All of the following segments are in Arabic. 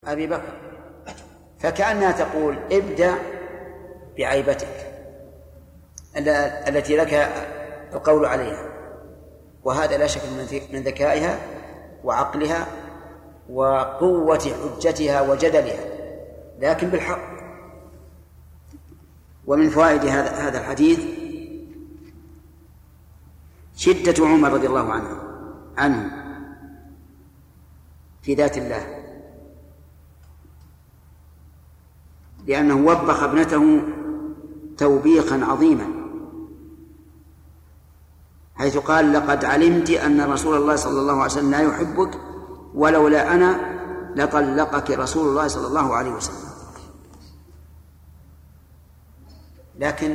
أبي بكر، فكأنها تقول ابدأ بعيبتك التي لك القول عليها، وهذا لا شك من ذكائها وعقلها وقوة حجتها وجدلها، لكن بالحق. ومن فوائد هذا الحديث شدة عمر رضي الله عنه في ذات الله، لأنه وبخ ابنته توبيخا عظيما، حيث قال: لقد علمت أن رسول الله صلى الله عليه وسلم لا يحبك، ولولا أنا لطلقك رسول الله صلى الله عليه وسلم. لكن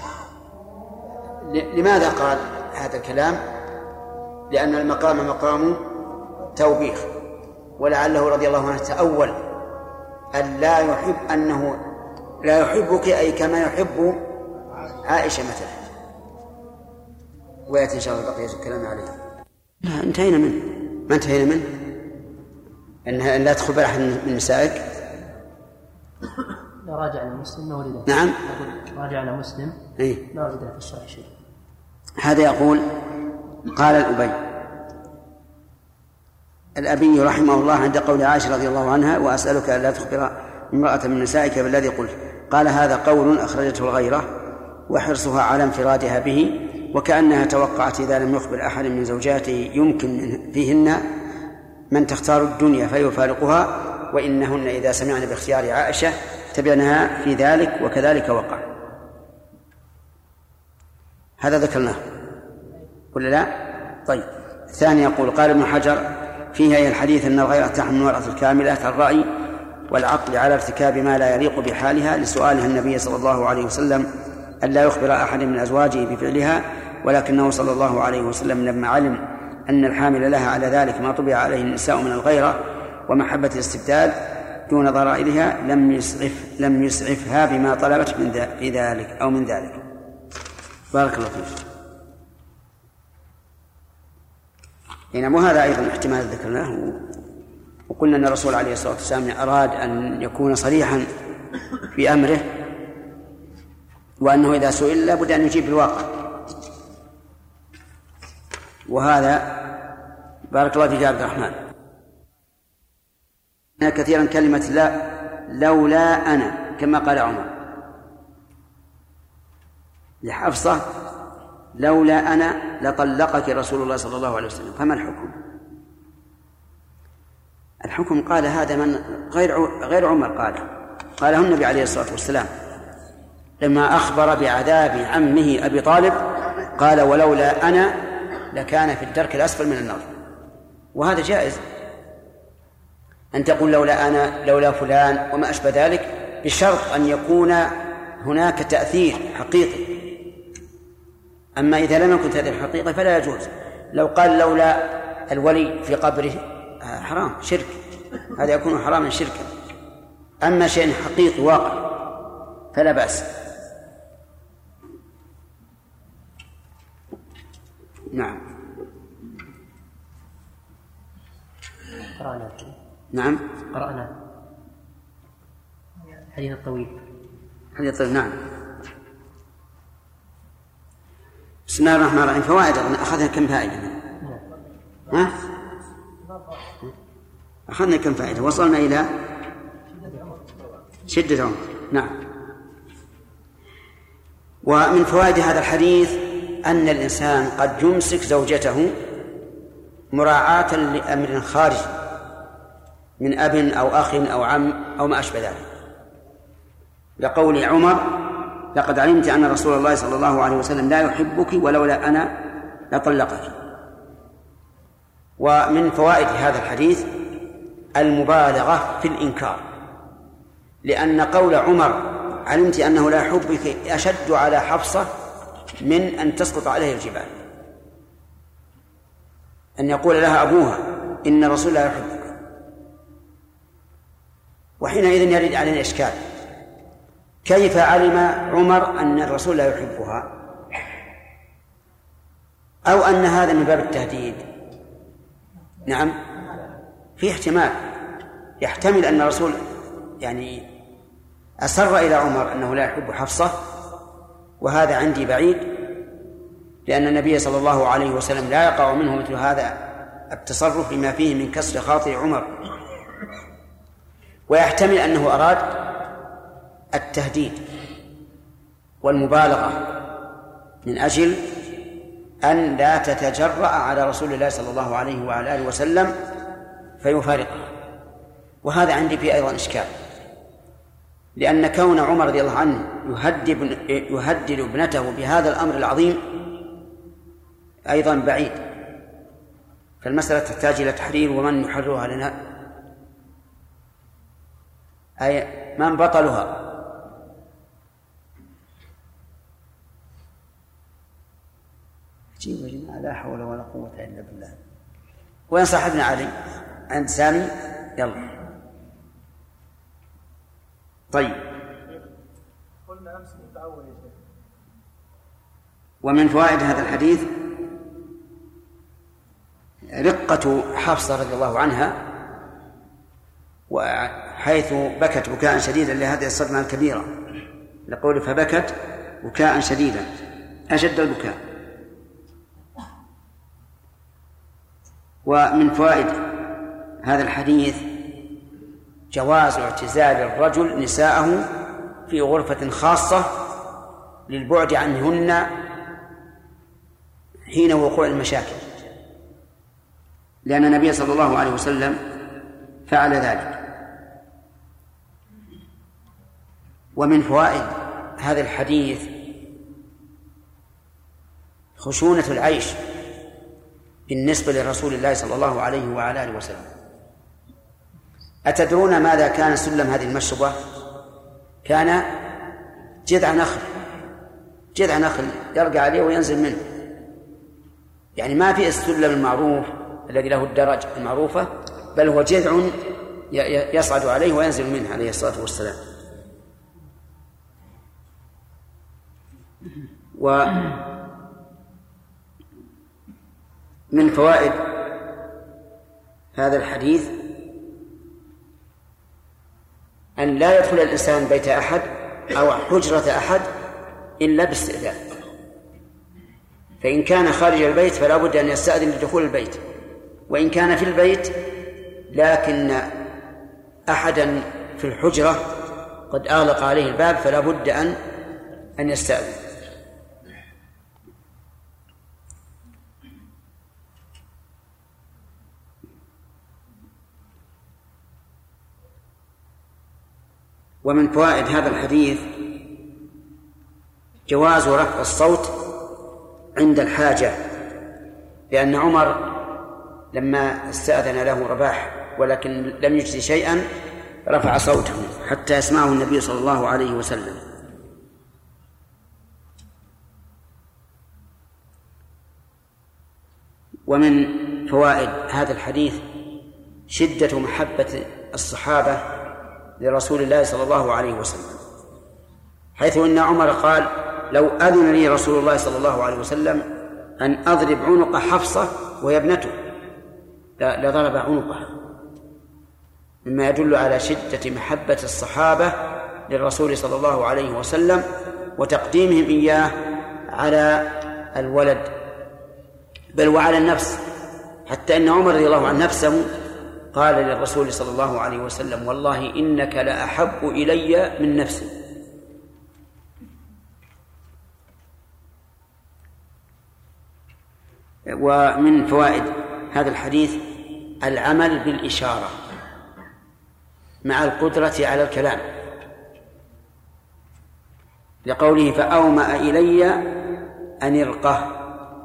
لماذا قال هذا الكلام؟ لأن المقام مقام توبيخ، ولعله رضي الله عنه تأول أن لا يحب، أنه لا يحبك أي كما يحب عائشة مثلا. ويأتي إن شاء الله بقية الكلام عليه. لا، انتهينا منه. ما انتهينا منه؟ أنها لا تدخل بأحد من نسائك. لا، راجع على مسلم ما ولد. نعم، راجع على مسلم ما ولد في الصحيح شيء. هذا يقول: قال الأبي رحمه الله عند قول عائشة رضي الله عنها: وأسألك أن لا تخبر امرأة من نسائك بالذي قلت. قال: هذا قول أخرجته الغيرة وحرصها على انفرادها به، وكأنها توقعت إذا لم يخبر أحد من زوجاته يمكن فيهن من تختار الدنيا فيفارقها، وإنهن إذا سمعن باختيار عائشة تبعنها في ذلك، وكذلك وقع. هذا ذكرناه ولا لا؟ طيب. الثاني يقول: قال ابن حجر فيها أي الحديث أن الغيرة تحمل المرأة الكاملة الرأي والعقل على ارتكاب ما لا يليق بحالها، لسؤالها النبي صلى الله عليه وسلم أن لا يخبر أحد من أزواجه بفعلها، ولكنه صلى الله عليه وسلم لما علم أن الحامل لها على ذلك ما طبع عليه النساء من الغيرة ومحبة الاستبداد دون ضرائرها لم يسعفها بما طلبت في ذلك أو من ذلك. بارك الله فيك. إنما وهذا أيضا احتمال ذكرناه، وقلنا أن الرسول عليه الصلاة والسلام أراد أن يكون صريحا في أمره، وأنه إذا سئل لابد أن يجيب بالواقع. وهذا بارك الله فيك يا عبد الرحمن. كثيرا كلمة لا، لولا أنا، كما قال عمر لحفصة: لولا أنا لطلقك رسول الله صلى الله عليه وسلم. فما الحكم؟ الحكم قال هذا من غير عمر قاله النبي عليه الصلاة والسلام لما أخبر بعذاب عمه أبي طالب، قال: ولولا أنا لكان في الدرك الأسفل من النار. وهذا جائز أن تقول لولا أنا، لولا فلان وما أشبه ذلك، بشرط أن يكون هناك تأثير حقيقي. أما إذا لم يكن هذه الحقيقة فلا يجوز. لو قال لولا الولي في قبره، حرام، شرك، هذا يكون حراما شركا. أما شيء حقيقي واقع فلا بأس. نعم. قرأنا. نعم، قرأنا الحديث الطويل. نعم. بسم الله الرحمن الرحيم. فوائد أخذنا كم فائدة؟ أخذنا كم فائدة؟ وصلنا إلى شدة عمر. نعم. ومن فوائد هذا الحديث أن الإنسان قد يمسك زوجته مراعاة لأمر خارج من أب أو أخ أو عم أو ما أشبه ذلك، لقول عمر: لقد علمت أن رسول الله صلى الله عليه وسلم لا يحبك، ولولا أنا لطلقك. ومن فوائد هذا الحديث المبالغة في الإنكار، لأن قول عمر: علمت أنه لا يحبك، أشد على حفصة من أن تسقط عليه الجبال، أن يقول لها أبوها: إن الرسول لا يحبك. وحينئذ يرد علينا إشكال: كيف علم عمر أن الرسول لا يحبها؟ أو أن هذا من باب التهديد؟ نعم، في احتمال يحتمل أن الرسول يعني أسر إلى عمر أنه لا يحب حفصة، وهذا عندي بعيد، لأن النبي صلى الله عليه وسلم لا يقع منه مثل هذا التصرف لما فيه من كسر خاطر عمر. ويحتمل أنه أراد التهديد والمبالغة من أجل أن لا تتجرأ على رسول الله صلى الله عليه وعلى آله وسلم فيفارقها. وهذا عندي فيه أيضا إشكال، لأن كون عمر رضي الله عنه يهدد ابنته بهذا الأمر العظيم أيضا بعيد، فالمسألة تحتاج إلى تحرير. ومن يحررها لنا؟ أي من بطلها؟ عجيب يا جماعة، لا حول ولا قوة إلا بالله. وين صاحبنا علي؟ عند سامي؟ يلا. طيب. قلنا أمس متعود يا شيخ. ومن فوائد هذا الحديث رقة حفصة رضي الله عنها، وحيث بكت بكاء شديدا لهذه الصدمة الكبيرة، لقول فبكت بكاء شديدا أشد البكاء. ومن فوائد هذا الحديث جواز اعتزال الرجل نساءه في غرفة خاصة للبعد عنهن حين وقوع المشاكل، لأن النبي صلى الله عليه وسلم فعل ذلك. ومن فوائد هذا الحديث خشونة العيش بالنسبة لرسول الله صلى الله عليه وعلى آله وسلم. أتدرون ماذا كان سلم هذه المشربة؟ كان جذع نخل يرقى عليه وينزل منه، يعني ما في السلم المعروف الذي له الدرج المعروفة، بل هو جذع يصعد عليه وينزل منه عليه الصلاة والسلام. ومن فوائد هذا الحديث أن لا يدخل الإنسان بيت أحد أو حجرة أحد إلا باستئذان، فإن كان خارج البيت فلا بد أن يستأذن لدخول البيت، وإن كان في البيت لكن أحدا في الحجرة قد أغلق عليه الباب فلا بد أن يستأذن. ومن فوائد هذا الحديث جواز رفع الصوت عند الحاجة، لأن عمر لما استأذن له رباح ولكن لم يجزي شيئا رفع صوته حتى يسمعه النبي صلى الله عليه وسلم. ومن فوائد هذا الحديث شدة محبة الصحابة لرسول الله صلى الله عليه وسلم، حيث أن عمر قال لو أذن لي رسول الله صلى الله عليه وسلم أن أضرب عنق حفصة وهي ابنته لضرب عنقها، مما يدل على شدة محبة الصحابة للرسول صلى الله عليه وسلم وتقديمهم إياه على الولد بل وعلى النفس، حتى أن عمر رضي الله عنه نفسه قال للرسول صلى الله عليه وسلم والله إنك لأحب إلي من نفسي. ومن فوائد هذا الحديث العمل بالإشارة مع القدرة على الكلام، لقوله فأومأ إلي أن يرقه،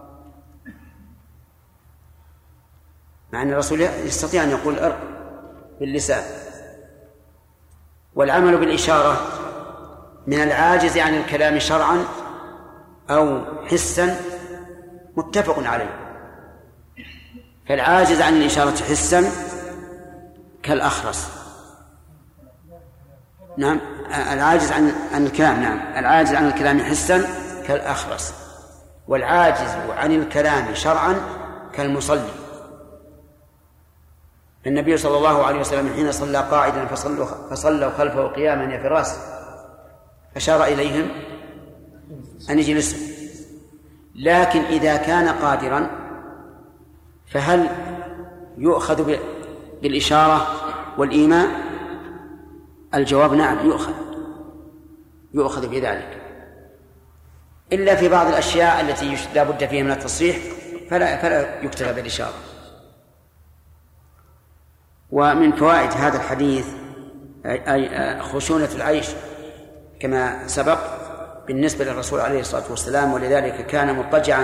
مع أن الرسول يستطيع أن يقول أرق باللسان. والعمل بالإشارة من العاجز عن الكلام شرعا أو حسا متفق عليه، فالعاجز عن الإشارة حسا كالأخرس، نعم العاجز عن الكلام، نعم العاجز عن الكلام حسا كالأخرس، والعاجز عن الكلام شرعا كالمصلي. النبي صلى الله عليه وسلم حين صلى قاعدا فصلوا خلفه قياما يا فراس أشار إليهم أن يجلسوا. لكن إذا كان قادرا فهل يؤخذ بالإشارة والإيماء؟ الجواب نعم، يؤخذ بذلك، إلا في بعض الأشياء التي لا بد فيها من التصريح فلا يكتفى بالإشارة. ومن فوائد هذا الحديث أي خشونة العيش كما سبق بالنسبة للرسول عليه الصلاة والسلام، ولذلك كان مضطجعا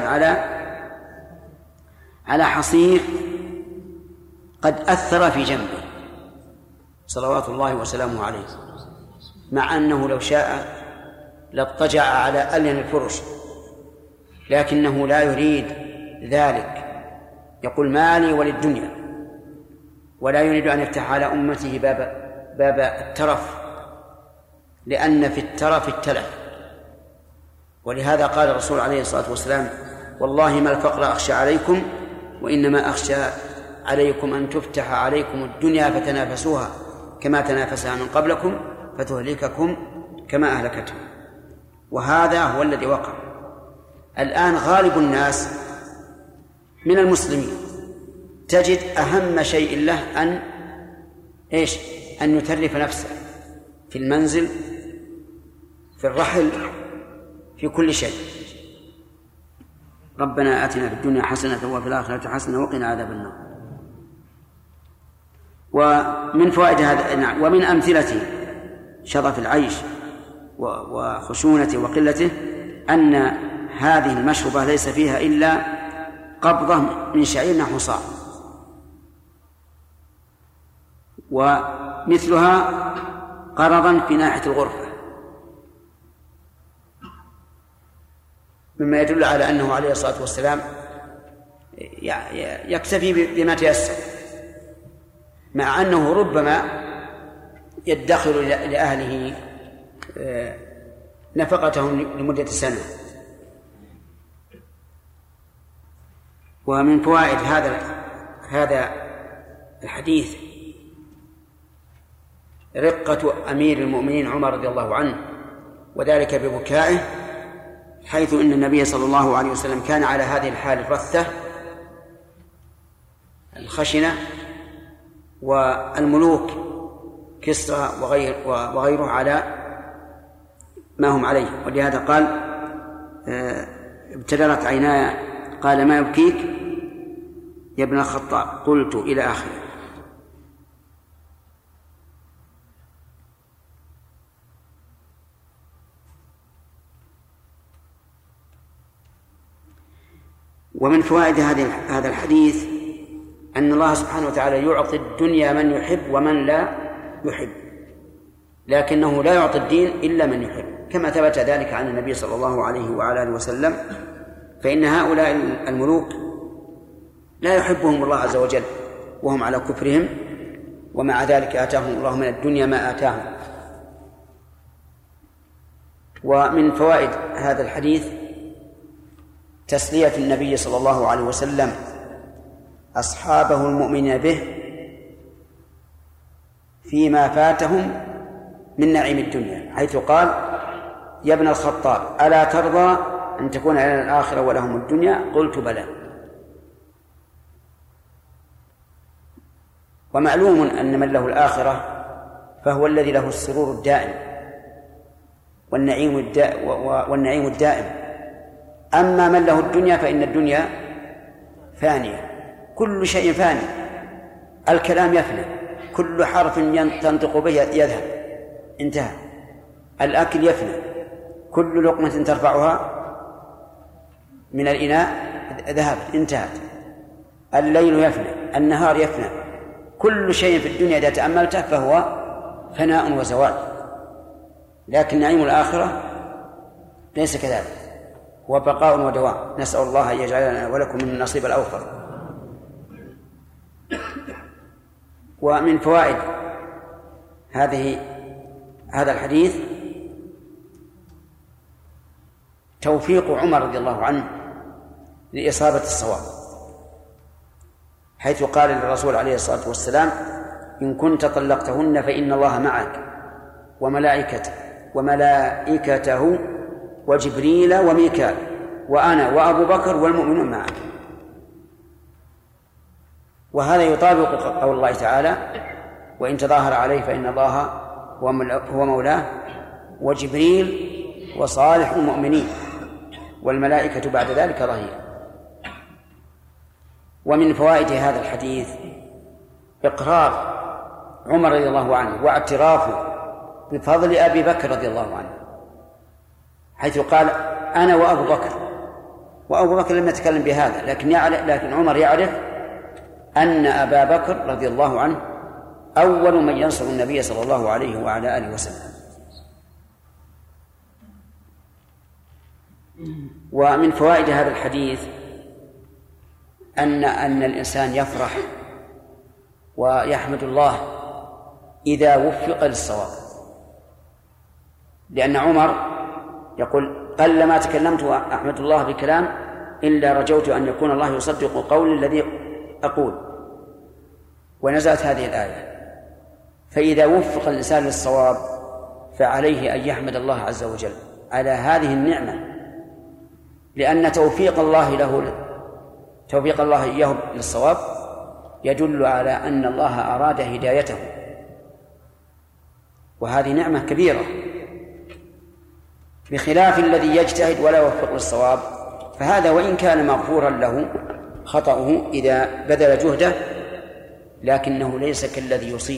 على حصير قد أثر في جنبه صلوات الله وسلامه عليه، مع أنه لو شاء لاضطجع على ألين الفرش، لكنه لا يريد ذلك، يقول مالي وللدنيا، ولا يريد أن يفتح على أمته باب الترف، لأن في الترف التلف. ولهذا قال الرسول عليه الصلاة والسلام والله ما الفقر أخشى عليكم وإنما أخشى عليكم أن تفتح عليكم الدنيا فتنافسوها كما تنافسها من قبلكم فتهلككم كما أهلكتهم. وهذا هو الذي وقع الآن. غالب الناس من المسلمين تجد أهم شيء له أن يترف نفسه في المنزل، في الرحل، في كل شيء. ربنا آتنا في الدنيا حسنة وفي الآخرة حسنة وقنا عذاب النار. ومن فوائد هذا ومن أمثلة شرف العيش وخشونته وقلته أن هذه المشربة ليس فيها إلا قبضة من شعير حصاء، ومثلها قرضا في ناحية الغرفة، مما يدل على أنه عليه الصلاة والسلام يكتفي بما تيسر، مع أنه ربما يدخر لأهله نفقتهم لمدة سنة. ومن فوائد هذا الحديث رقة أمير المؤمنين عمر رضي الله عنه، وذلك ببكائه، حيث إن النبي صلى الله عليه وسلم كان على هذه الحال الرثة الخشنة، والملوك كسرى وغيره على ما هم عليه، ولهذا قال ابتدرت عيناي، قال ما يبكيك يا ابن الخطاب، قلت إلى آخره. ومن فوائد هذا الحديث أن الله سبحانه وتعالى يعطي الدنيا من يحب ومن لا يحب، لكنه لا يعطي الدين إلا من يحب، كما ثبت ذلك عن النبي صلى الله عليه وعلى آله وسلم. فإن هؤلاء الملوك لا يحبهم الله عز وجل وهم على كفرهم، ومع ذلك آتاهم الله من الدنيا ما آتاهم. ومن فوائد هذا الحديث تسلية النبي صلى الله عليه وسلم أصحابه المؤمنين به فيما فاتهم من نعيم الدنيا، حيث قال يا ابن الخطاب ألا ترضى أن تكون لنا الآخرة ولهم الدنيا؟ قلت بلى. ومعلوم أن من له الآخرة فهو الذي له السرور الدائم والنعيم الدائم. أما من له الدنيا فإن الدنيا فانية، كل شيء فاني، الكلام يفنى، كل حرف تنطق به يذهب انتهى، الأكل يفنى، كل لقمة ترفعها من الإناء ذهبت انتهت، الليل يفنى، النهار يفنى، كل شيء في الدنيا إذا تأملته فهو فناء وزوال. لكن نعيم الآخرة ليس كذلك، هو بقاء ودوام. نسأل الله أن يجعلنا ولكم من النصيب الأوفر. ومن فوائد هذا الحديث توفيق عمر رضي الله عنه لإصابة الصواب، حيث قال للرسول عليه الصلاة والسلام: إن كنت طلقتهن فإن الله معك وملائكته وجبريل وميكال وأنا وأبو بكر والمؤمنون معك. وهذا يطابق قول الله تعالى: وإن تظاهر عليه فإن الله هو مولاه وجبريل وصالح المؤمنين والملائكة بعد ذلك ظهير. ومن فوائد هذا الحديث إقرار عمر رضي الله عنه واعترافه بفضل أبي بكر رضي الله عنه، حيث قال: أنا وأبو بكر لم يتكلم بهذا، لكن عمر يعرف أن أبا بكر رضي الله عنه أول من ينصر النبي صلى الله عليه وعلى آله وسلم. ومن فوائد هذا الحديث أن الإنسان يفرح ويحمد الله إذا وفق للصواب، لأن عمر يقول: قلما تكلمت وأحمد الله بكلام إلا رجوت أن يكون الله يصدق قولي الذي أقول. ونزلت هذه الآية. فإذا وفق الإنسان للصواب فعليه أن يحمد الله عز وجل على هذه النعمة، لأن توفيق الله إياه للصواب يدل على أن الله أراد هدايته، وهذه نعمة كبيرة، بخلاف الذي يجتهد ولا يوفق للصواب، فهذا وإن كان مغفورا له خطأه إذا بذل جهده، لكنه ليس كالذي يصيب.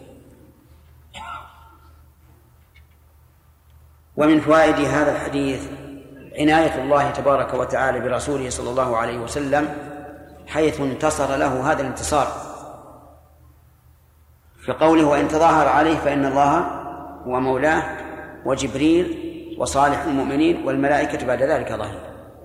ومن فوائد هذا الحديث عناية الله تبارك وتعالى برسوله صلى الله عليه وسلم، حيث انتصر له هذا الانتصار في قوله: وإن تظاهر عليه فإن الله هو مولاه وجبريل وصالح المؤمنين والملائكة بعد ذلك ظهير.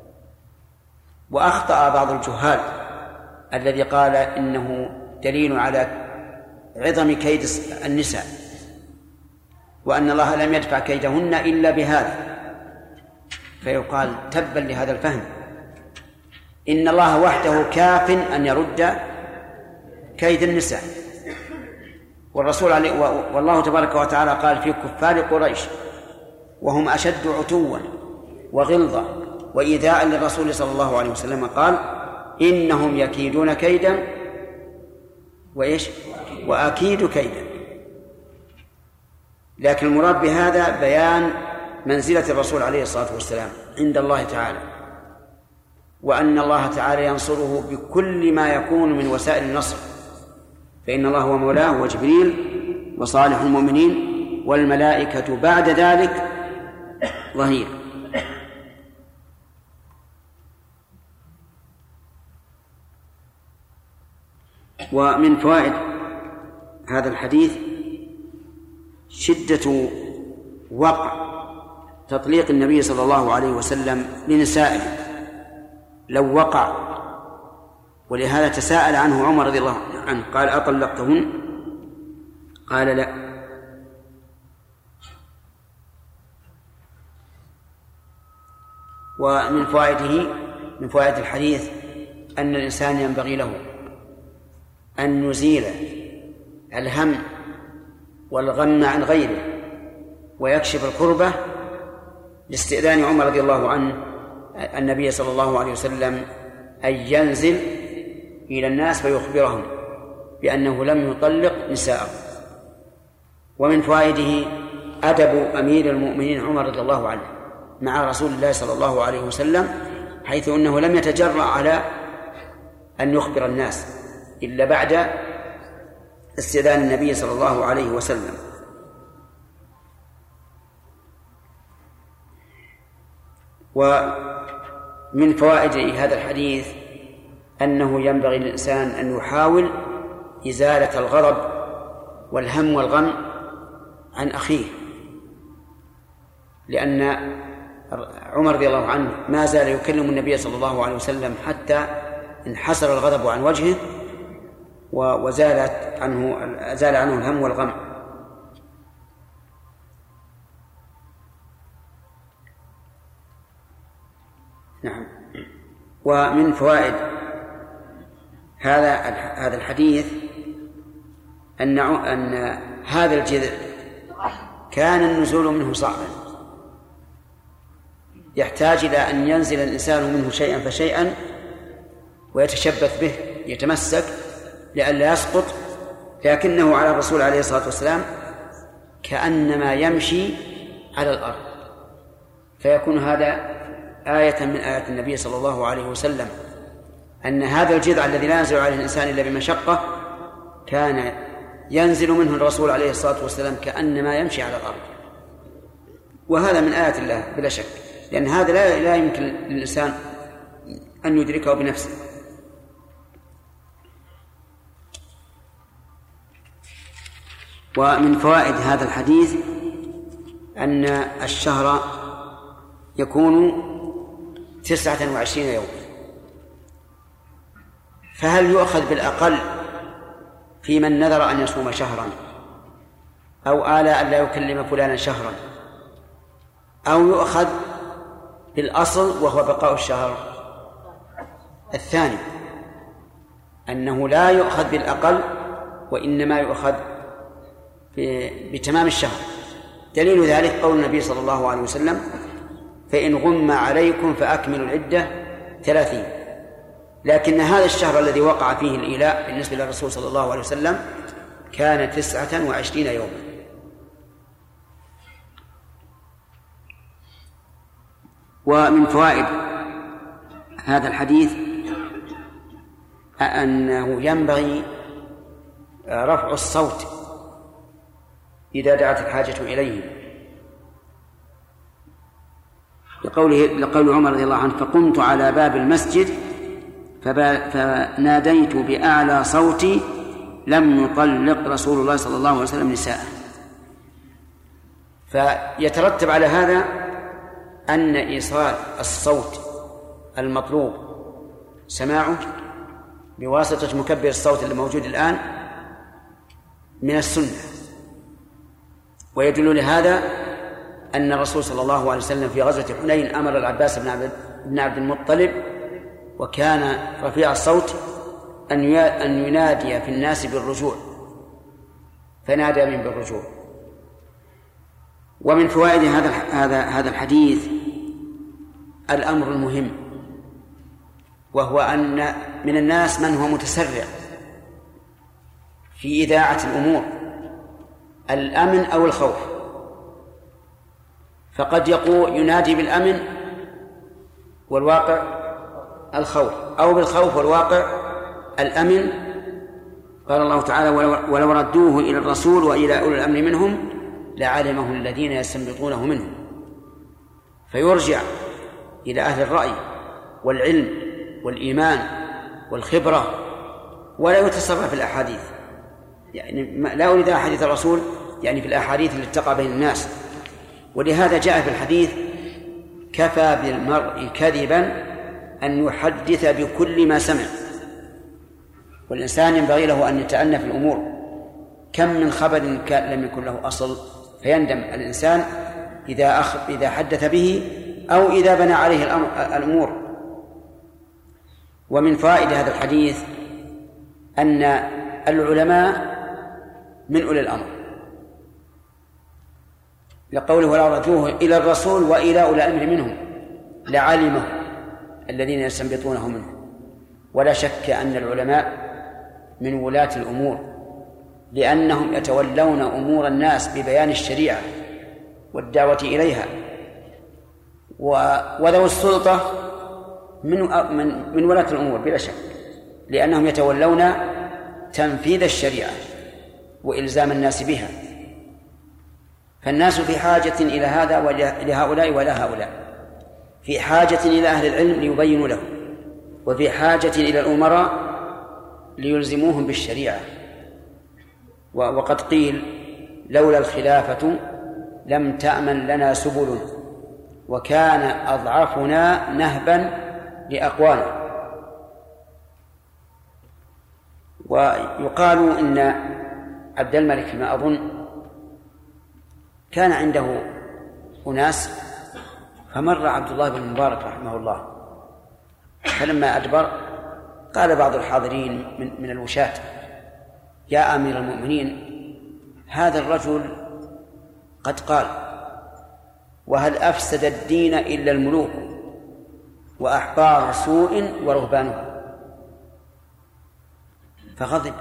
وأخطأ بعض الجهال الذي قال إنه دليل على عظم كيد النساء، وأن الله لم يدفع كيدهن إلا بهذا، فيقال تبا لهذا الفهم. إن الله وحده كاف أن يرد كيد النساء، والرسول والله تبارك وتعالى قال في كفار قريش: وهم أشد عتوا وغلظة وإيذاء للرسول صلى الله عليه وسلم، قال: إنهم يكيدون كيدا وأكيد كيدا. لكن المراد بهذا بيان منزلة الرسول عليه الصلاة والسلام عند الله تعالى، وأن الله تعالى ينصره بكل ما يكون من وسائل النصر، فإن الله هو مولاه وجبريل وصالح المؤمنين والملائكة بعد ذلك ظهير. ومن فوائد هذا الحديث شدة وقع تطليق النبي صلى الله عليه وسلم لنسائه لو وقع، ولهذا تساءل عنه عمر رضي الله عنه قال: أطلقتهن؟ قال: لا. ومن فوائد الحديث أن الإنسان ينبغي له أن يزيل الهم والغم عن غيره ويكشف الكربة، لاستئذان عمر رضي الله عنه النبي صلى الله عليه وسلم أن ينزل إلى الناس فيخبرهم بأنه لم يطلق نساءه. ومن فوائده أدب أمير المؤمنين عمر رضي الله عنه مع رسول الله صلى الله عليه وسلم، حيث أنه لم يتجرأ على أن يخبر الناس إلا بعد استئذان النبي صلى الله عليه وسلم. ومن فوائد هذا الحديث أنه ينبغي للإنسان أن يحاول إزالة الغضب والهم والغم عن أخيه، لأن عمر رضي الله عنه ما زال يكلم النبي صلى الله عليه وسلم حتى انحسر الغضب عن وجهه وزال عنه الهم والغم. نعم. ومن فوائد هذا الحديث أن هذا الجذع كان النزول منه صعبا، يحتاج إلى أن ينزل الإنسان منه شيئا فشيئا ويتشبث به، يتمسك لئلا يسقط، لكنه على الرسول عليه الصلاة والسلام كأنما يمشي على الأرض. فيكون هذا آية من آيات النبي صلى الله عليه وسلم، أن هذا الجذع الذي لا ينزل عليه الإنسان إلا بمشقة كان ينزل منه الرسول عليه الصلاة والسلام كأنما يمشي على الأرض. وهذا من آيات الله بلا شك، لأن هذا لا يمكن للإنسان أن يدركه بنفسه. ومن فوائد هذا الحديث أن الشهر يكون 29 يوم، فهل يؤخذ بالأقل في من نذر أن يصوم شهرا، أو آلى أن لا يكلم فلانا شهرا، أو يؤخذ بالأصل وهو بقاء الشهر؟ الثاني، أنه لا يؤخذ بالأقل وإنما يؤخذ بتمام الشهر. دليل ذلك قول النبي صلى الله عليه وسلم: فإن غم عليكم فأكملوا العدة 30. لكن هذا الشهر الذي وقع فيه الإيلاء بالنسبة للرسول صلى الله عليه وسلم كان 29 يوما. ومن فوائد هذا الحديث أنه ينبغي رفع الصوت إذا دعت الحاجة إليه، لقول عمر رضي الله عنه: فقمت على باب المسجد فناديت بأعلى صوتي لم يطلق رسول الله صلى الله عليه وسلم نساءه. فيترتب على هذا أن إيصال الصوت المطلوب سماعه بواسطة مكبر الصوت الموجود الآن من السنة. ويدل لهذا أن الرسول صلى الله عليه وسلم في غزوة حنين أمر العباس بن عبد المطلب وكان رفيع الصوت أن ينادي في الناس بالرجوع، فنادى من بالرجوع. ومن فوائد هذا الحديث الأمر المهم، وهو أن من الناس من هو متسرع في إذاعة الأمور، الأمن أو الخوف، فقد ينادي بالأمن والواقع الخوف، أو بالخوف والواقع الأمن. قال الله تعالى: ولو ردوه إلى الرسول وإلى أولي الأمر منهم لعلمه الذين يستنبطونه منهم. فيرجع إلى أهل الرأي والعلم والإيمان والخبرة، ولا يتسرع في الأحاديث. يعني لا أريد أحاديث الرسول يعني في الأحاديث التي تقع بين الناس. ولهذا جاء في الحديث: كفى بالمرء كذبا أن يحدث بكل ما سمع. والإنسان ينبغي له أن يتأنى في الأمور. كم من خبر لم يكن له أصل فيندم الإنسان إذا حدث به أو إذا بنى عليه الأمور. ومن فوائد هذا الحديث أن العلماء من أولي الأمر، لقوله: ولا رجوه إلى الرسول وإلى أولي الأمر منهم لعلمه الذين يستنبطونه منه. ولا شك أن العلماء من ولاة الأمور، لأنهم يتولون أمور الناس ببيان الشريعة والدعوة إليها، وذو السلطة من ولاة الأمور بلا شك، لأنهم يتولون تنفيذ الشريعة وإلزام الناس بها. فالناس في حاجة إلى هذا ولهؤلاء ولا هؤلاء، في حاجة إلى أهل العلم ليبينوا لهم، وفي حاجة إلى الأمراء ليلزموهم بالشريعة. وقد قيل: لولا الخلافة لم تأمن لنا سبل وكان أضعفنا نهبا لأقوالنا. ويقال إن عبد الملك فيما أظن كان عنده أناس، فمر عبد الله بن المبارك رحمه الله، فلما أدبر قال بعض الحاضرين من الوشاة: يا أمير المؤمنين، هذا الرجل قد قال: وهل أفسد الدين إلا الملوك وأحبار سوء ورهبانها. فغضب: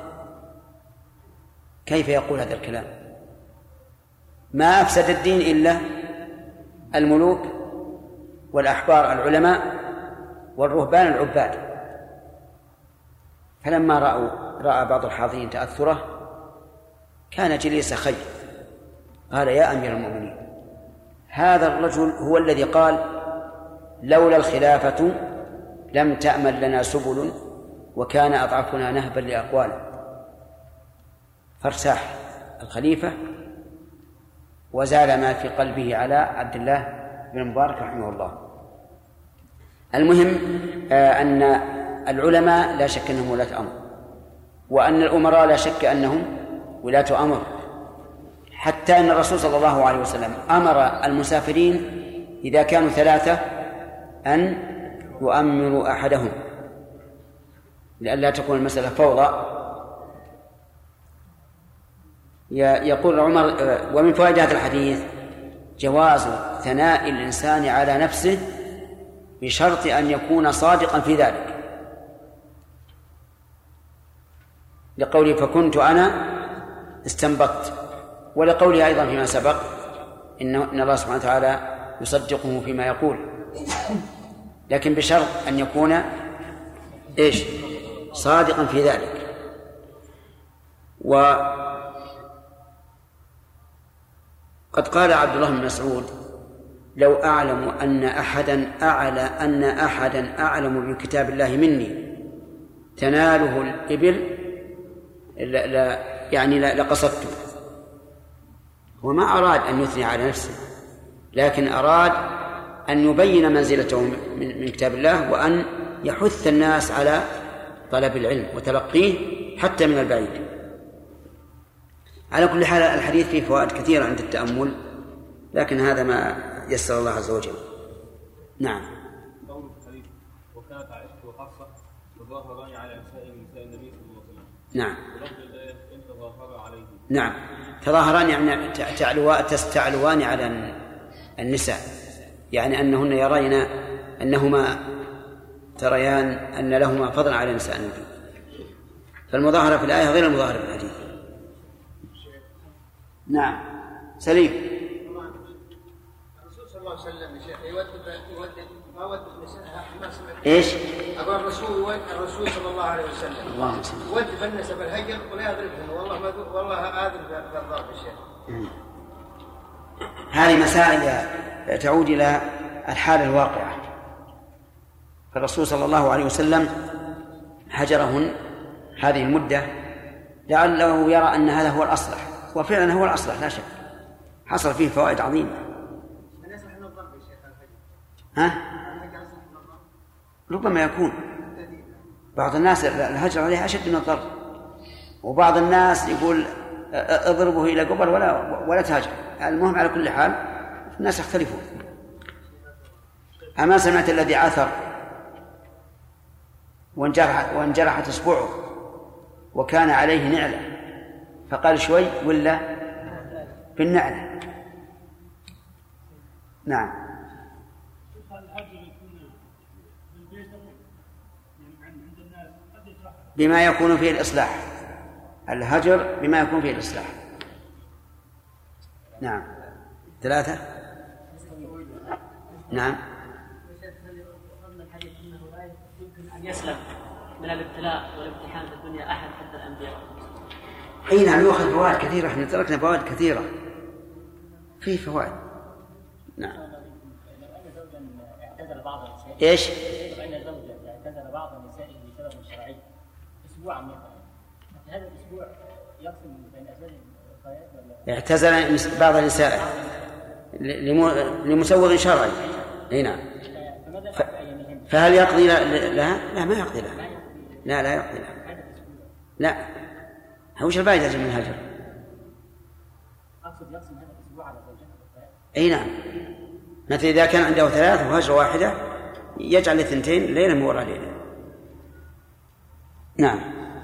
كيف يقول هذا الكلام؟ ما أفسد الدين إلا الملوك والأحبار العلماء والرهبان العباد. فلما رأى بعض الحاضرين تأثره كان جليس خير، قال: يا أمير المؤمنين، هذا الرجل هو الذي قال: لولا الخلافة لم تأمن لنا سبل وكان أضعفنا نهبا لأقواله. فارتاح الخليفة وزال ما في قلبه على عبد الله بن مبارك رحمه الله. المهم أن العلماء لا شك أنهم ولاة أمر، وأن الأمراء لا شك أنهم ولاة أمر، حتى أن الرسول صلى الله عليه وسلم أمر المسافرين إذا كانوا 3 أن يؤمروا أحدهم لئلا تكون المسألة فوضى. يقول عمر: ومن فوائد هذا الحديث جواز ثناء الإنسان على نفسه بشرط أن يكون صادقا في ذلك، لقوله: فكنت أنا استنبطت، ولقوله أيضا فيما سبق: إن الله سبحانه وتعالى يصدقه فيما يقول، لكن بشرط أن يكون صادقا في ذلك. وقد قال عبد الله بن مسعود: لو أعلم أن أحدا أعلم بكتاب الله مني تناله الإبل لقصدته. وما أراد أن يثني على نفسه، لكن أراد أن يبين منزلته من كتاب الله، وأن يحث الناس على طلب العلم وتلقيه حتى من البعيد. على كل حال الحديث فيه فوائد كثيرة عند التأمل، لكن هذا ما يسر الله عز وجل. نعم. وكانت عائشة وحفصة تظاهران على نساء النبي صلى الله عليه وسلم. نعم. ولفظ الآية: إن تظاهرا عليه. نعم، تظاهران يعني تستعلوان على النساء، يعني أنهن يرين أنهما تريان أن لهما فضلا على نساء النبي. فالمظاهرة في الآية غير المظاهرة في الحديث. نعم. سليم. الرسول صلى الله عليه وسلم يا شيخ يودد نساءها ما سمعت. ايش؟ أقول الرسول صلى الله عليه وسلم يودد النساء بالهجر ولا يضربهن، والله آذن بالضرب يا شيخ. هذه مسائل تعود إلى الحالة الواقعة. فالرسول صلى الله عليه وسلم هجرهن هذه المدة لعله يرى أن هذا هو الأصلح، وفعلا هو الأصلح لا شك، حصل فيه فوائد عظيمة. ربما يكون بعض الناس الهجر عليه أشد من الضرب، وبعض الناس يقول اضربه إلى قبل ولا تهجر. المهم على كل حال الناس يختلفون. أما سمعت الذي عثر وانجرحت اصبعه وكان عليه نعلة فقال شوي ولا بالنعلة؟ نعم. بما يكون فيه الإصلاح، الهجر بما يكون فيه الإصلاح. نعم. 3. نعم. يمكن أن يسلم من الابتلاء والامتحان في الدنيا أحد حتى الأنبياء. أي نعم، يأخذ فوائد كثيرة، احنا تركنا فوائد كثيرة، فيه فوائد. نعم. ايش؟ أن زوجة اعتزل بعض نسائه بسبب شرعي أسبوعا مثلا، هذا الأسبوع يقسم بين أسباب الخيات ولا؟ اعتزل بعض نسائه لمسوغ شرعي. اي نعم. فهل يقضي لها؟ لا، ما يقضي لها. لا يقضي لها. لا، وش الفائدة من الهجر؟ أقصد يقسم هذا الأسبوع على زوجته. اي نعم، مثل إذا كان عنده 3 وهجرة واحدة يجعل 2 ليلا ورا ليلة. نعم.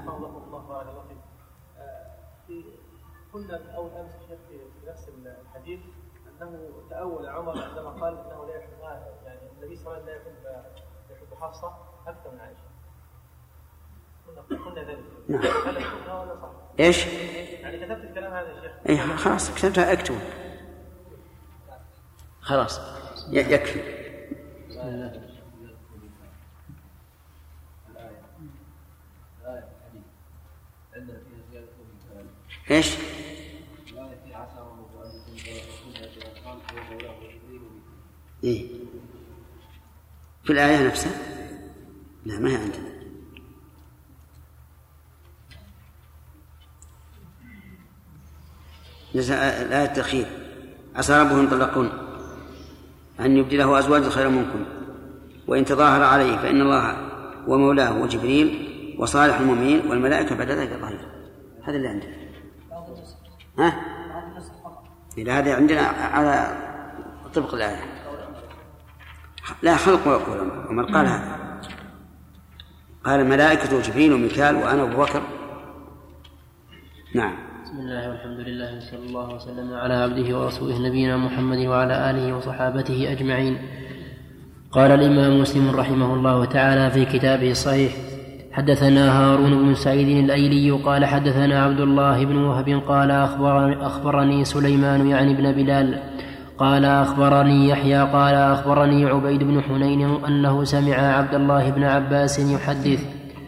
قلنا من أول أمس الشيخ في نفس الحديث أنه تأول عمر عندما قال أنه لا يحب، يعني النبي صلى الله عليه وسلم لا يحب حفصة أكثر من عائشة. قلنا ذلك. نعم. هل كنا ولا صح؟ إيش؟ يعني كتبت الكلام هذا يا شيخ. إيه خلاص كتبتها اكتب. خلاص يكفي. ايش؟ إيه؟ في الآية نفسها؟ لا ما هي عندنا. الآية التأخير عسى ربه إن طلقون أن يبدله أزواجا خيرا منكم وإن تظاهر عليه فإن الله ومولاه وجبريل وصالح المؤمنين والملائكة بعد ذلك ظهير. هذا اللي عندنا. ها؟ إلى هذا عندنا على طبق الآية. لا خلق ويقول عمر قالها، قال الملائكة وجبريل وميكال وأنا أبو بكر. نعم. بسم الله والحمد لله وصلى الله وسلم على عبده ورسوله نبينا محمد وعلى آله وصحابته أجمعين. قال الإمام مسلم رحمه الله تعالى في كتابه الصحيح: حدثنا هارون بن سعيد الأيلي قال حدثنا عبد الله بن وهب قال أخبرني سليمان يعني بن بلال قال أخبرني يحيى قال أخبرني عبيد بن حنين أنه سمع عبد الله بن عباس يحدث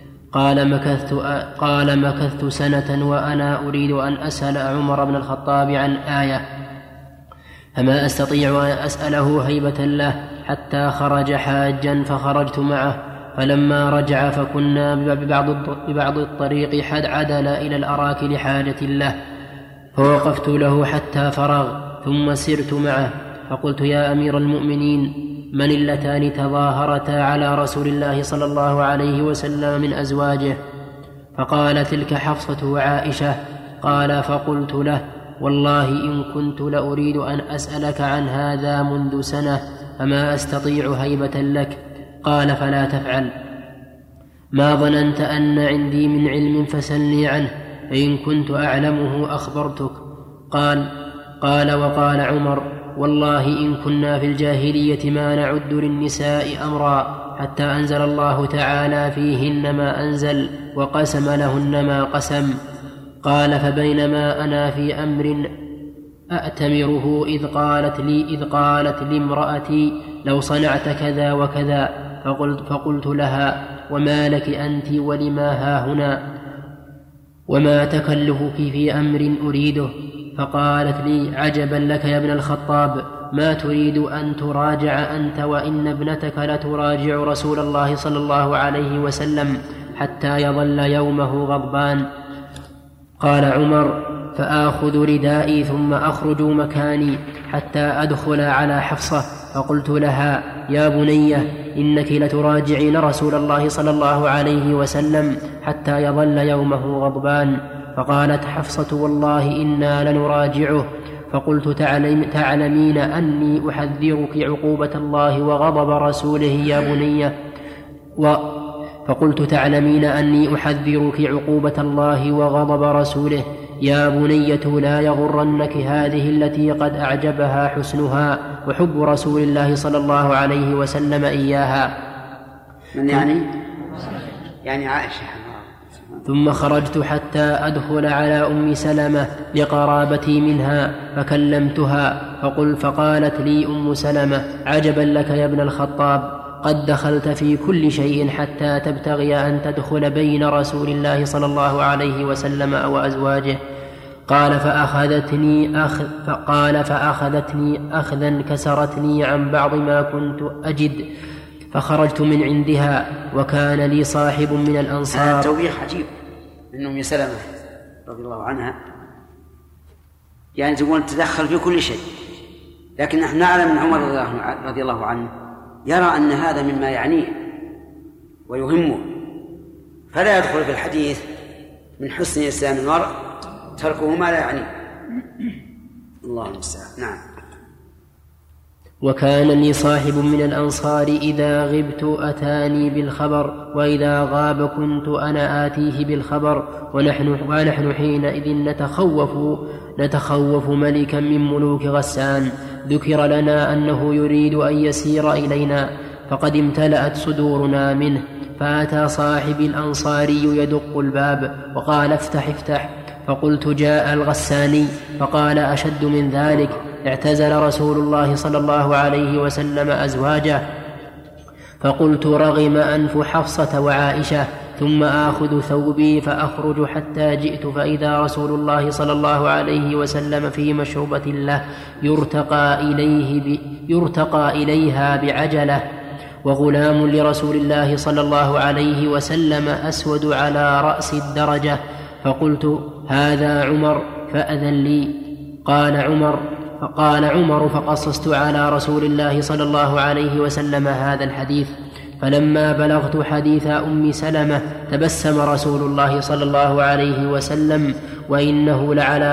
قال مكثت سنة وأنا أريد أن أسأل عمر بن الخطاب عن آية فما أستطيع أن أسأله هيبة له حتى خرج حاجا فخرجت معه، فلما رجع فكنا ببعض الطريق حد عدل إلى الأراك لحاجة له، فوقفت له حتى فرغ ثم سرت معه، فقلت: يا أمير المؤمنين، من اللتان تظاهرتا على رسول الله صلى الله عليه وسلم من أزواجه؟ فقال: تلك حفصة وعائشة. قال: فقلت له: والله إن كنت لأريد أن أسألك عن هذا منذ سنة فما أستطيع هيبة لك. قال: فلا تفعل. ما ظننت أن عندي من علم فسلني عنه، فإن كنت أعلمه أخبرتك. قال وقال عمر: والله إن كنا في الجاهلية ما نعد للنساء أمرا حتى أنزل الله تعالى فيهن ما أنزل وقسم لهن ما قسم. قال: فبينما أنا في أمر أأتمره إذ قالت لي امرأتي: لو صنعت كذا وكذا. فقلت لها: وما لك أنت ولما هاهنا؟ وما تكلفك في أمر أريده؟ فقالت لي: عجبا لك يا ابن الخطاب، ما تريد أن تراجع أنت وإن ابنتك لتراجع رسول الله صلى الله عليه وسلم حتى يظل يومه غضبان. قال عمر: فآخذ ردائي ثم أخرج مكاني حتى أدخل على حفصة، فقلت لها: يا بنية، إنك لتراجعين رسول الله صلى الله عليه وسلم حتى يظل يومه غضبان. فقالت حفصة: والله إنا لنراجعه. فقلت: تعلمين أني أحذرك عقوبة الله وغضب رسوله يا بنية. فقلت: تعلمين أني أحذرك عقوبة الله وغضب رسوله يا بنية، لا يغرنك هذه التي قد أعجبها حسنها وحب رسول الله صلى الله عليه وسلم إياها. من يعني عائشة. ثم خرجت حتى أدخل على أم سلمة لقرابتي منها فكلمتها، فقالت لي أم سلمة: عجبا لك يا ابن الخطاب، قد دخلت في كل شيء حتى تبتغي أن تدخل بين رسول الله صلى الله عليه وسلم وأزواجه. قال: فأخذتني أخذا كسرتني عن بعض ما كنت أجد، فخرجت من عندها وكان لي صاحب من الأنصار. توبيخ عجيب من أم سلمة رضي الله عنها، يعني تقول تدخل في كل شيء، لكن نحن نعلم من عمر رضي الله عنه يرى أن هذا مما يعنيه ويهمه، فلا يدخل في الحديث من حسن إسلام المرء تركه ما لا يعنيه. الله المستعان. نعم. وكان لي صاحب من الأنصار إذا غبت أتاني بالخبر، وإذا غاب كنت أنا آتيه بالخبر، ونحن حينئذ نتخوف ملكا من ملوك غسان. ذكر لنا أنه يريد أن يسير إلينا، فقد امتلأت صدورنا منه. فأتى صاحب الأنصاري يدق الباب وقال: افتح افتح. فقلت: جاء الغساني. فقال: أشد من ذلك، اعتزل رسول الله صلى الله عليه وسلم أزواجه. فقلت: رغم أنف حفصة وعائشة. ثم آخذ ثوبي فأخرج حتى جئت فإذا رسول الله صلى الله عليه وسلم في مشربة له يرتقى إليها بعجلة، وغلام لرسول الله صلى الله عليه وسلم أسود على رأس الدرجة. فقلت: هذا عمر فأذن لي. قال عمر فقصصت على رسول الله صلى الله عليه وسلم هذا الحديث. فلما بلغت حديث أم سلمة تبسم رسول الله صلى الله عليه وسلم وإنه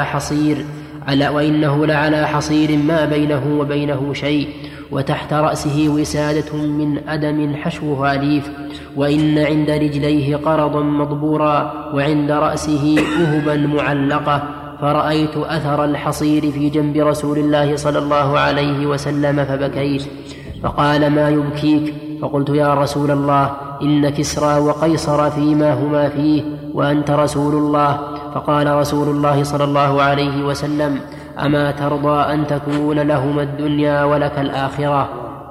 لعلى حصير ما بينه وبينه شيء، وتحت رأسه وسادة من أدم حشوها ليف، وإن عند رجليه قرضا مضبورا، وعند رأسه أهبا معلقة. فرأيت أثر الحصير في جنب رسول الله صلى الله عليه وسلم فبكيت. فقال: ما يبكيك؟ فقلت: يا رسول الله، إن كسرى وقيصر فيما هما فيه وأنت رسول الله. فقال رسول الله صلى الله عليه وسلم: أما ترضى أن تكون لهما الدنيا ولك الآخرة؟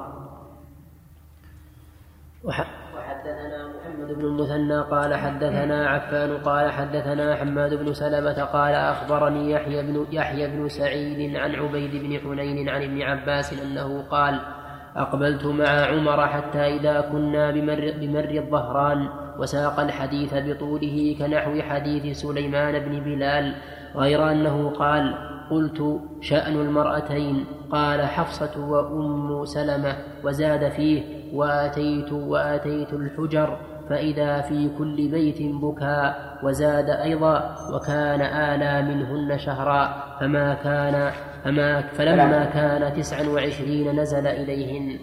وحدثنا محمد بن المثنى قال حدثنا عفان قال حدثنا حماد بن سلمة قال أخبرني يحيى بن سعيد عن عبيد بن حنين عن ابن عباس أنه قال: أقبلت مع عمر حتى إذا كنا بمر الظهران، وساق الحديث بطوله كنحو حديث سليمان بن بلال، غير أنه قال: قلت: شأن المرأتين؟ قال: حفصة وأم سلمة. وزاد فيه: وآتيت الحجر فإذا في كل بيت بكاء. وزاد أيضا: وكان آلى منهن شهرا، فلما كان 29 نزل إليهن.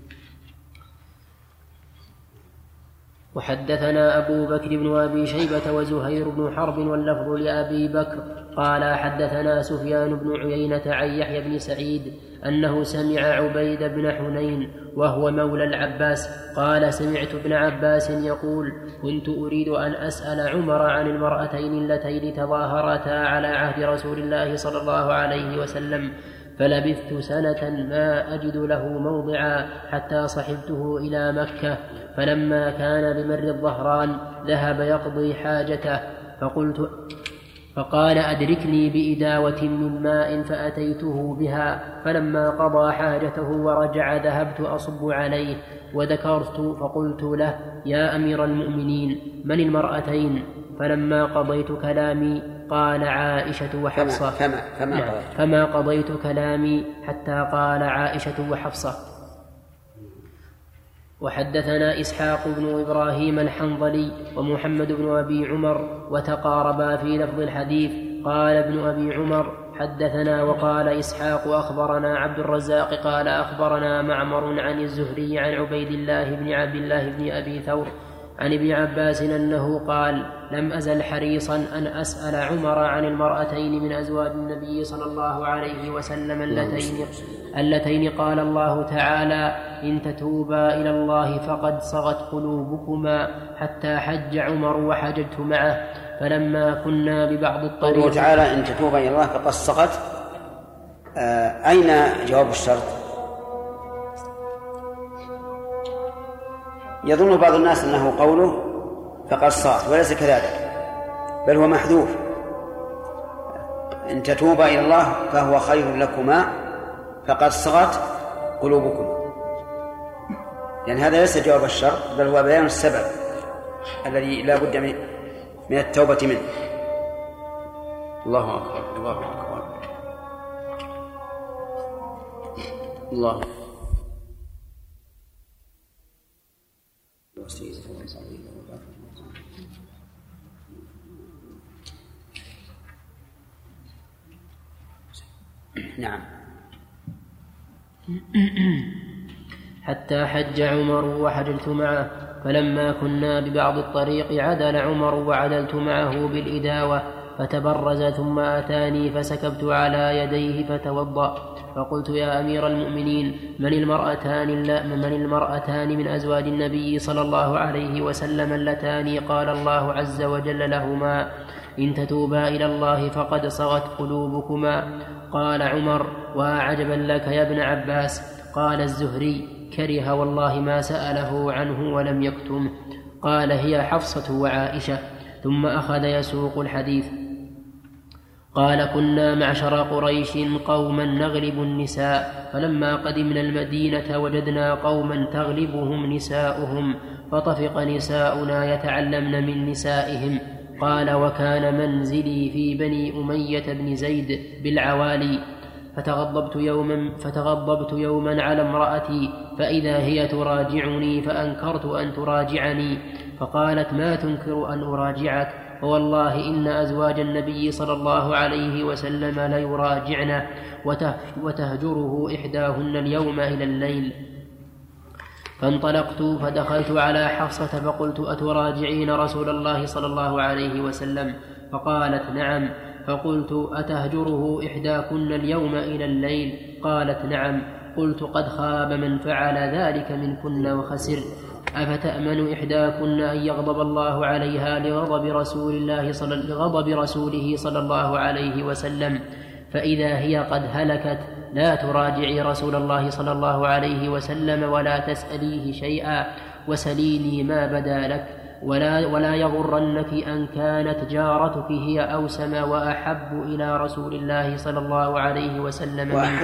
وحدثنا أبو بكر بن أبي شيبة وزهير بن حرب واللفظ لأبي بكر قال حدثنا سفيان بن عيينة عن يحيى بن سعيد أنه سمع عبيد بن حنين وهو مولى العباس قال: سمعت ابن عباس يقول: كنت أريد أن أسأل عمر عن المرأتين اللتين تظاهرتا على عهد رسول الله صلى الله عليه وسلم، فلبثت سنة ما أجد له موضعا حتى صحبته إلى مكة، فلما كان بمر الظهران ذهب يقضي حاجته، فقال: أدركني بإداوة من ماء، فأتيته بها، فلما قضى حاجته ورجع ذهبت أصب عليه، وذكرت فقلت له: يا أمير المؤمنين، من المرأتين؟ فلما قضيت كلامي قال: عائشة وحفصة. فما قضيت كلامي حتى قال: عائشة وحفصة. وحدثنا إسحاق بن إبراهيم الحنظلي ومحمد بن أبي عمر وتقاربا في لفظ الحديث. قال ابن أبي عمر: حدثنا، وقال إسحاق: أخبرنا عبد الرزاق قال أخبرنا معمر عن الزهري عن عبيد الله بن عبد الله بن أبي ثور عن ابن عباس أنه قال: لم أزل حريصا أن أسأل عمر عن المرأتين من أزواج النبي صلى الله عليه وسلم اللتين قال الله تعالى: إن تتوبا إلى الله فقد صغت قلوبكما، حتى حج عمر وحججت معه، فلما كنا ببعض الطريق. قوله تعالى: إن تتوبا إلى الله فقد صغت، أين جواب الشرط؟ يظن بعض الناس أنه قوله فقد صغت، وليس كذلك، بل هو محذوف: إن تتوبا إلى الله فهو خير لكما فقد صغت قلوبكم، يعني هذا ليس جواب الشرط، بل هو بيان السبب الذي لا بد من التوبة منه. الله أكبر، الله أكبر، الله أكبر. نعم. حتى حج عمر وحجلت معه، فلما كنا ببعض الطريق عدل عمر وعدلت معه بالإداوة، فتبرز ثم أتاني فسكبت على يديه فتوضأ، فقلت يا أمير المؤمنين من المرأتان من أزواج النبي صلى الله عليه وسلم اللتان قال الله عز وجل لهما إن تتوبا إلى الله فقد صغت قلوبكما؟ قال عمر وعجبا لك يا ابن عباس. قال الزهري كره والله ما سأله عنه ولم يكتمه. قال هي حفصة وعائشة. ثم أخذ يسوق الحديث. قال كنا معشر قريش قوما نغلب النساء، فلما قدمنا المدينة وجدنا قوما تغلبهم نساؤهم، فطفق نساؤنا يتعلمن من نسائهم. قال وكان منزلي في بني أمية بن زيد بالعوالي، فتغضبت يوما على امرأتي فإذا هي تراجعني فأنكرت أن تراجعني، فقالت ما تنكر أن أراجعك؟ فوالله إن أزواج النبي صلى الله عليه وسلم ليراجعنه وتهجره إحداهن اليوم إلى الليل. فانطلقت فدخلت على حفصة فقلت أتراجعين رسول الله صلى الله عليه وسلم؟ فقالت نعم. فقلت أتهجره إحداكن اليوم إلى الليل؟ قالت نعم. قلت قد خاب من فعل ذلك منكن وخسر. أفتأمن إحداكن أن يغضب الله عليها لغضب رسوله صلى الله عليه وسلم، فإذا هي قد هلكت لا تراجعي رسول الله صلى الله عليه وسلم ولا تسأليه شيئا، وسليني ما بدا لك، ولا يغرنك أن كانت جارتك هي أوسم وأحب إلى رسول الله صلى الله عليه وسلم وأحب.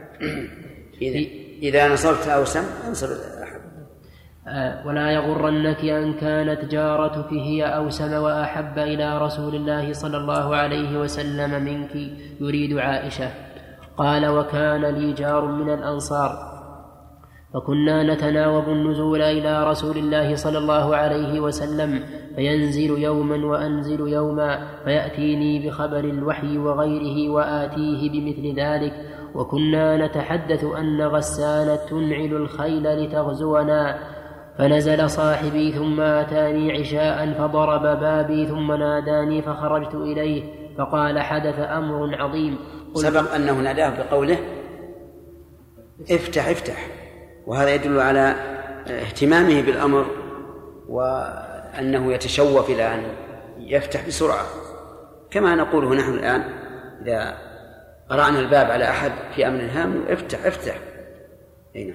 إذا نصبت أوسم انصب أحب. ولا يغرنك أن كانت جارتك هي أوسم وأحب إلى رسول الله صلى الله عليه وسلم منك، يريد عائشة. قال وكان لي جار من الأنصار، فكنا نتناوب النزول إلى رسول الله صلى الله عليه وسلم، فينزل يوما وأنزل يوما، فيأتيني بخبر الوحي وغيره وآتيه بمثل ذلك. وكنا نتحدث أن غسان تنعل الخيل لتغزونا، فنزل صاحبي ثم أتاني عشاء فضرب بابي ثم ناداني فخرجت إليه فقال حدث أمر عظيم. سبق أنه ناداه بقوله افتح افتح، وهذا يدل على اهتمامه بالأمر وأنه يتشوف إلى أن يفتح بسرعة، كما نقوله نحن الآن إذا قرأنا الباب على أحد في أمر هام افتح افتح. هنا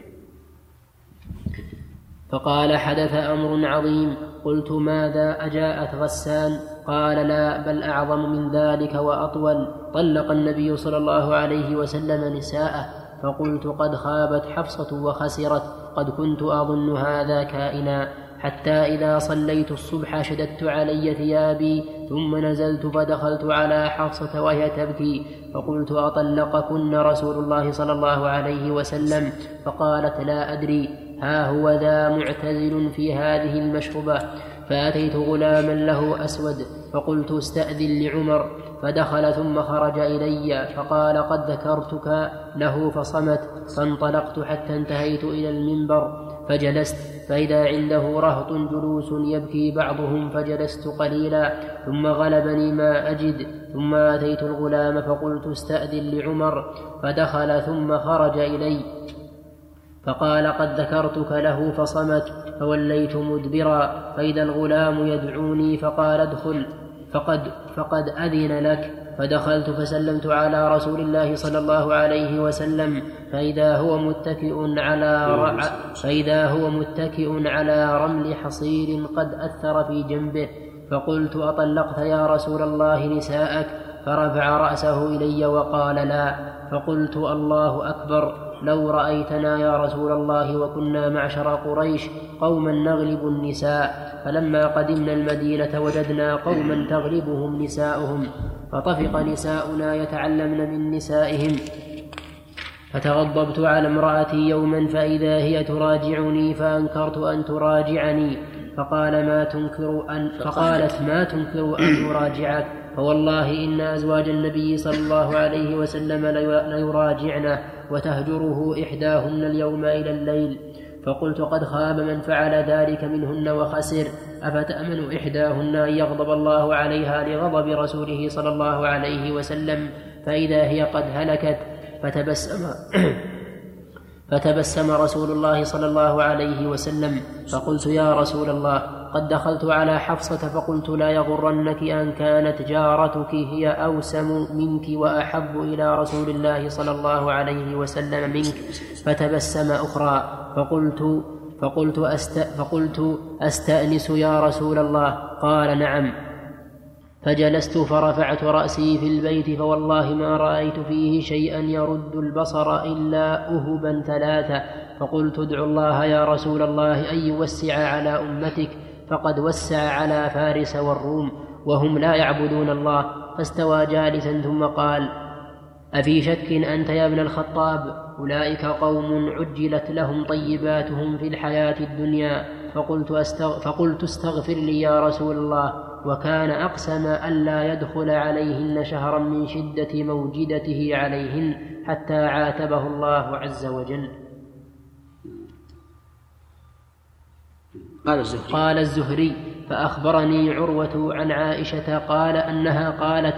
فقال حدث أمر عظيم. قلت ماذا أجاءت غسان؟ قال لا بل أعظم من ذلك وأطول، طلق النبي صلى الله عليه وسلم نساءه. فقلت قد خابت حفصة وخسرت، قد كنت أظن هذا كائنا، حتى إذا صليت الصبح شددت علي ثيابي ثم نزلت فدخلت على حفصة وهي تبكي، فقلت أطلقكن رسول الله صلى الله عليه وسلم؟ فقالت لا أدري، ها هو ذا معتزل في هذه المشربة. فأتيت غلاما له أسود فقلت استأذن لعمر، فدخل ثم خرج إلي فقال قد ذكرتك له فصمت. فانطلقت حتى انتهيت إلى المنبر فجلست، فإذا عنده رهط جلوس يبكي بعضهم، فجلست قليلا ثم غلبني ما أجد، ثم أتيت الغلام فقلت استأذن لعمر، فدخل ثم خرج إلي فقال قد ذكرتك له فصمت. فوليت مدبرا فإذا الغلام يدعوني فقال ادخل فقد أذن لك. فدخلت فسلمت على رسول الله صلى الله عليه وسلم فإذا هو متكئ على رمل حصير قد أثر في جنبه. فقلت أطلقت يا رسول الله نساءك؟ فرفع رأسه إلي وقال لا. فقلت الله أكبر، لو رأيتنا يا رسول الله وكنا معشر قريش قوما نغلب النساء، فلما قدمنا المدينة وجدنا قوما تغلبهم نساؤهم، فطفق نساؤنا يتعلمن من نسائهم. فتغضبت على امرأتي يوما فإذا هي تراجعني فأنكرت أن تراجعني، فقالت ما تنكر أن أراجعك؟ فوالله إن أزواج النبي صلى الله عليه وسلم ليراجعنه، وتهجره إحداهن اليوم إلى الليل. فقلت قد خاب من فعل ذلك منهن وخسر. أفتأمن إحداهن أن يغضب الله عليها لغضب رسوله صلى الله عليه وسلم فإذا هي قد هلكت؟ فتبسم رسول الله صلى الله عليه وسلم. فقلت يا رسول الله قد دخلت على حفصة فقلت لا يغرنك أن كانت جارتك هي أوسم منك وأحب إلى رسول الله صلى الله عليه وسلم منك. فتبسم أخرى فقلت أستأنس يا رسول الله؟ قال نعم. فجلست فرفعت رأسي في البيت فوالله ما رأيت فيه شيئا يرد البصر إلا أهبا 3. فقلت ادع الله يا رسول الله أن يوسع على أمتك فقد وسع على فارس والروم وهم لا يعبدون الله. فاستوى جالسا ثم قال أفي شك أنت يا ابن الخطاب؟ أولئك قوم عجلت لهم طيباتهم في الحياة الدنيا. فقلت استغفر لي يا رسول الله. وكان أقسم ألا يدخل عليهن شهرا من شدة موجدته عليهن حتى عاتبه الله عز وجل. قال الزهري فأخبرني عروة عن عائشة قال أنها قالت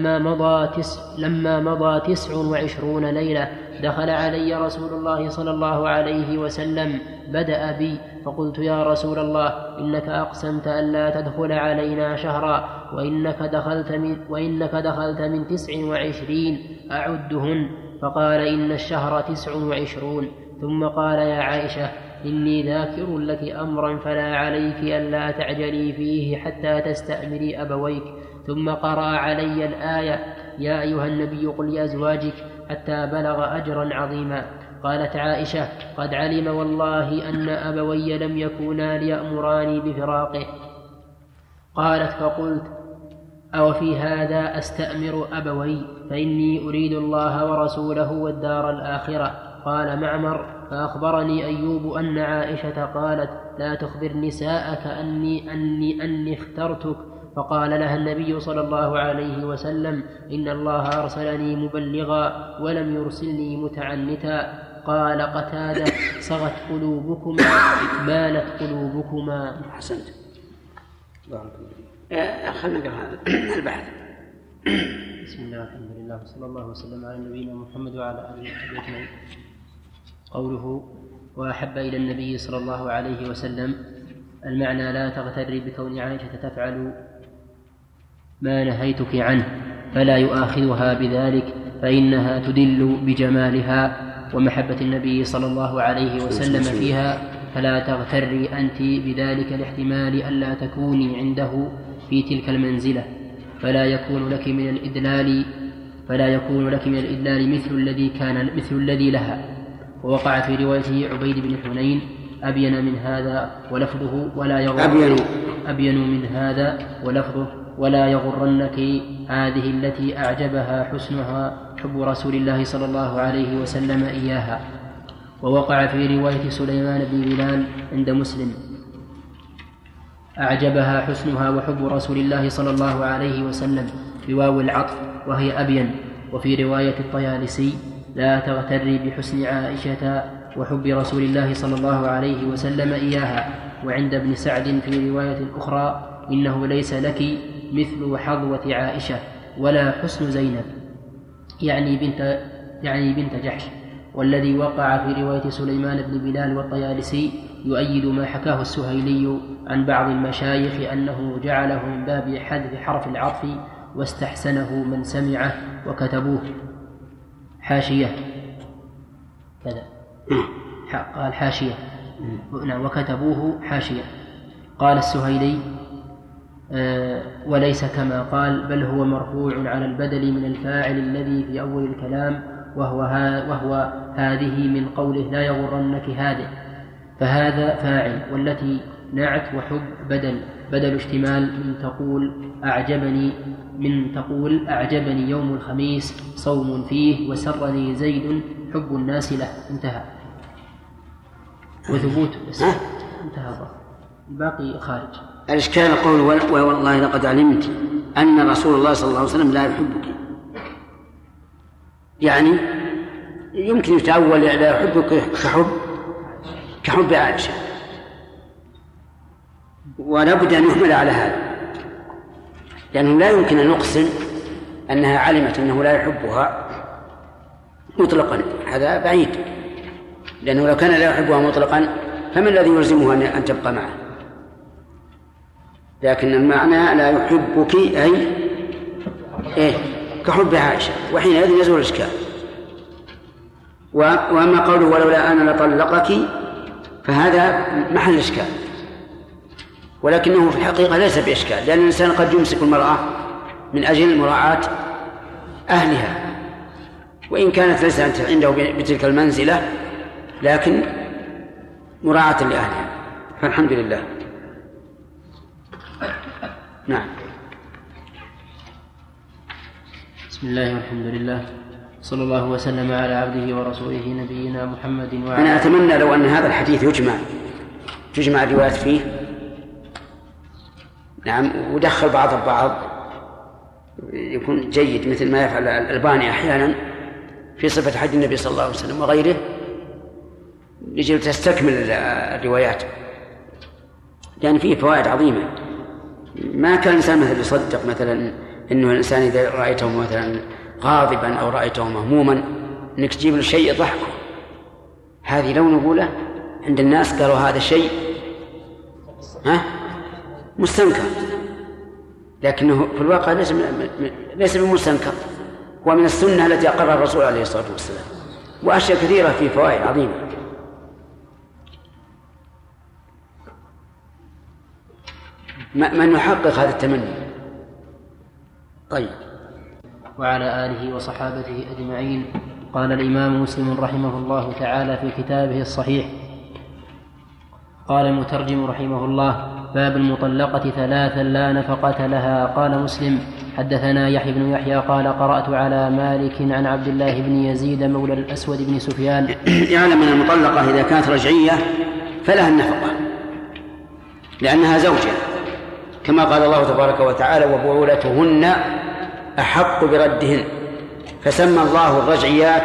لما مضى 29 ليلة دخل علي رسول الله صلى الله عليه وسلم بدأ بي فقلت يا رسول الله إنك أقسمت ألا تدخل علينا شهرا وإنك دخلت من 29 أعدهن. فقال إن الشهر 29. ثم قال يا عائشة إني ذاكر لك أمرا فلا عليك ألا تعجلي فيه حتى تستأمري أبويك. ثم قرأ علي الآية يا أيها النبي قل لأزواجك حتى بلغ أجرا عظيما. قالت عائشة قد علم والله أن أبوي لم يكونا ليأمراني بفراقه. قالت فقلت أو في هذا أستأمر أبوي فإني أريد الله ورسوله والدار الآخرة. قال معمر فأخبرني أيوب أن عائشة قالت لا تخبر نساءك أني اخترتك. فقال لها النبي صلى الله عليه وسلم إن الله أرسلني مبلغا ولم يرسلني متعنتا. قال قتادة صغت قلوبكما مالت قلوبكما. حسنت. خلنا نقرأ البحث. بسم الله الحمد لله وصلى الله وسلم على نبينا محمد وعلى آله وصحبه أجمعين. قوله وأحب إلى النبي صلى الله عليه وسلم المعنى لا تغتري بكون عائشة تفعل ما نهيتك عنه فلا يؤاخذها بذلك فإنها تدل بجمالها ومحبة النبي صلى الله عليه وسلم فيها فلا تغتري أنت بذلك لاحتمال ألا تكوني عنده في تلك المنزلة فلا يكون لك من الإدلال مثل الذي لها. ووقع في روايته عبيد بن حنين أبين من هذا ولفظه ولا يغرنك هذه التي أعجبها حسنها حب رسول الله صلى الله عليه وسلم إياها. ووقع في رواية سليمان بن بلال عند مسلم أعجبها حسنها وحب رسول الله صلى الله عليه وسلم بواو العطف وهي أبين. وفي رواية الطيالسي لا تغتري بحسن عائشة وحب رسول الله صلى الله عليه وسلم إياها. وعند ابن سعد في رواية أخرى إنه ليس لك مثل حظوة عائشة ولا حسن زينب يعني بنت جحش. والذي وقع في رواية سليمان بن بلال والطيالسي يؤيد ما حكاه السهيلي عن بعض المشايخ أنه جعله من باب حذف حرف العطف واستحسنه من سمعه وكتبوه حاشية كذا قال حاشية وكتبوه حاشية. قال السهيلي وليس كما قال بل هو مرفوع على البدل من الفاعل الذي في أول الكلام وهو هذه من قوله لا يغرنك هذه فهذا فاعل والتي نعت وحب بدل اشتمال من تقول أعجبني يوم الخميس صوم فيه وسرني زيد حب الناس له انتهى. وثبوت انتهى الباقي خارج. الإشكال قول والله لقد علمت أن رسول الله صلى الله عليه وسلم لا يحبك يعني يمكن يتأول لا يحبك كحب عائشة، ولا بد أن يحمل على هذا، لأنه لا يمكن أن نقسم أنها علمت أنه لا يحبها مطلقا، هذا بعيد، لأنه لو كان لا يحبها مطلقا فما الذي يلزمها أن تبقى معه؟ لكن المعنى لا يحبك أي كحب عائشة، وحينئذ يزول الإشكال. وأما قوله ولولا أنا لطلقك فهذا محل إشكال، ولكنه في الحقيقة ليس بإشكال، لأن الإنسان قد يمسك المرأة من أجل مراعاة أهلها، وإن كانت ليست عنده بتلك المنزلة لكن مراعاة لأهلها، فالحمد لله. نعم. بسم الله والحمد لله، صلى الله وسلم على عبده ورسوله نبينا محمد وعلى. أنا أتمنى لو أن هذا الحديث تجمع الروايات فيه، نعم، ودخل بعض البعض يكون جيد، مثل ما يفعل الألباني أحيانا في صفة حج النبي صلى الله عليه وسلم وغيره، لجي تستكمل الروايات، لأن فيه فوائد عظيمة. ما كان الإنسان مثلا يصدق مثلا إنه الإنسان إذا رأيته مثلا غاضبا أو رأيته مهموما إنك تجيب له شيء يضحكه، هذه لو نقوله عند الناس قالوا هذا شيء مستنكر، لكنه في الواقع ليس بمستنكر، هو من السنة التي أقرها الرسول عليه الصلاة والسلام، وأشياء كثيرة في فوائد عظيمة. من يحقق هذا التمني. طيب. وعلى آله وصحابته أجمعين. قال الإمام مسلم رحمه الله تعالى في كتابه الصحيح، قال المترجم رحمه الله: باب المطلقة ثلاثا لا نفقة لها. قال مسلم: حدثنا يحيى بن يحيى قال قرأت على مالك عن عبد الله بن يزيد مولى الأسود بن سفيان. يعلم أن المطلقة إذا كانت رجعية فلها النفقة لأنها زوجة، كما قال الله تبارك وتعالى: وبعولتهن أحق بردهن. فسمى الله الرجعيات،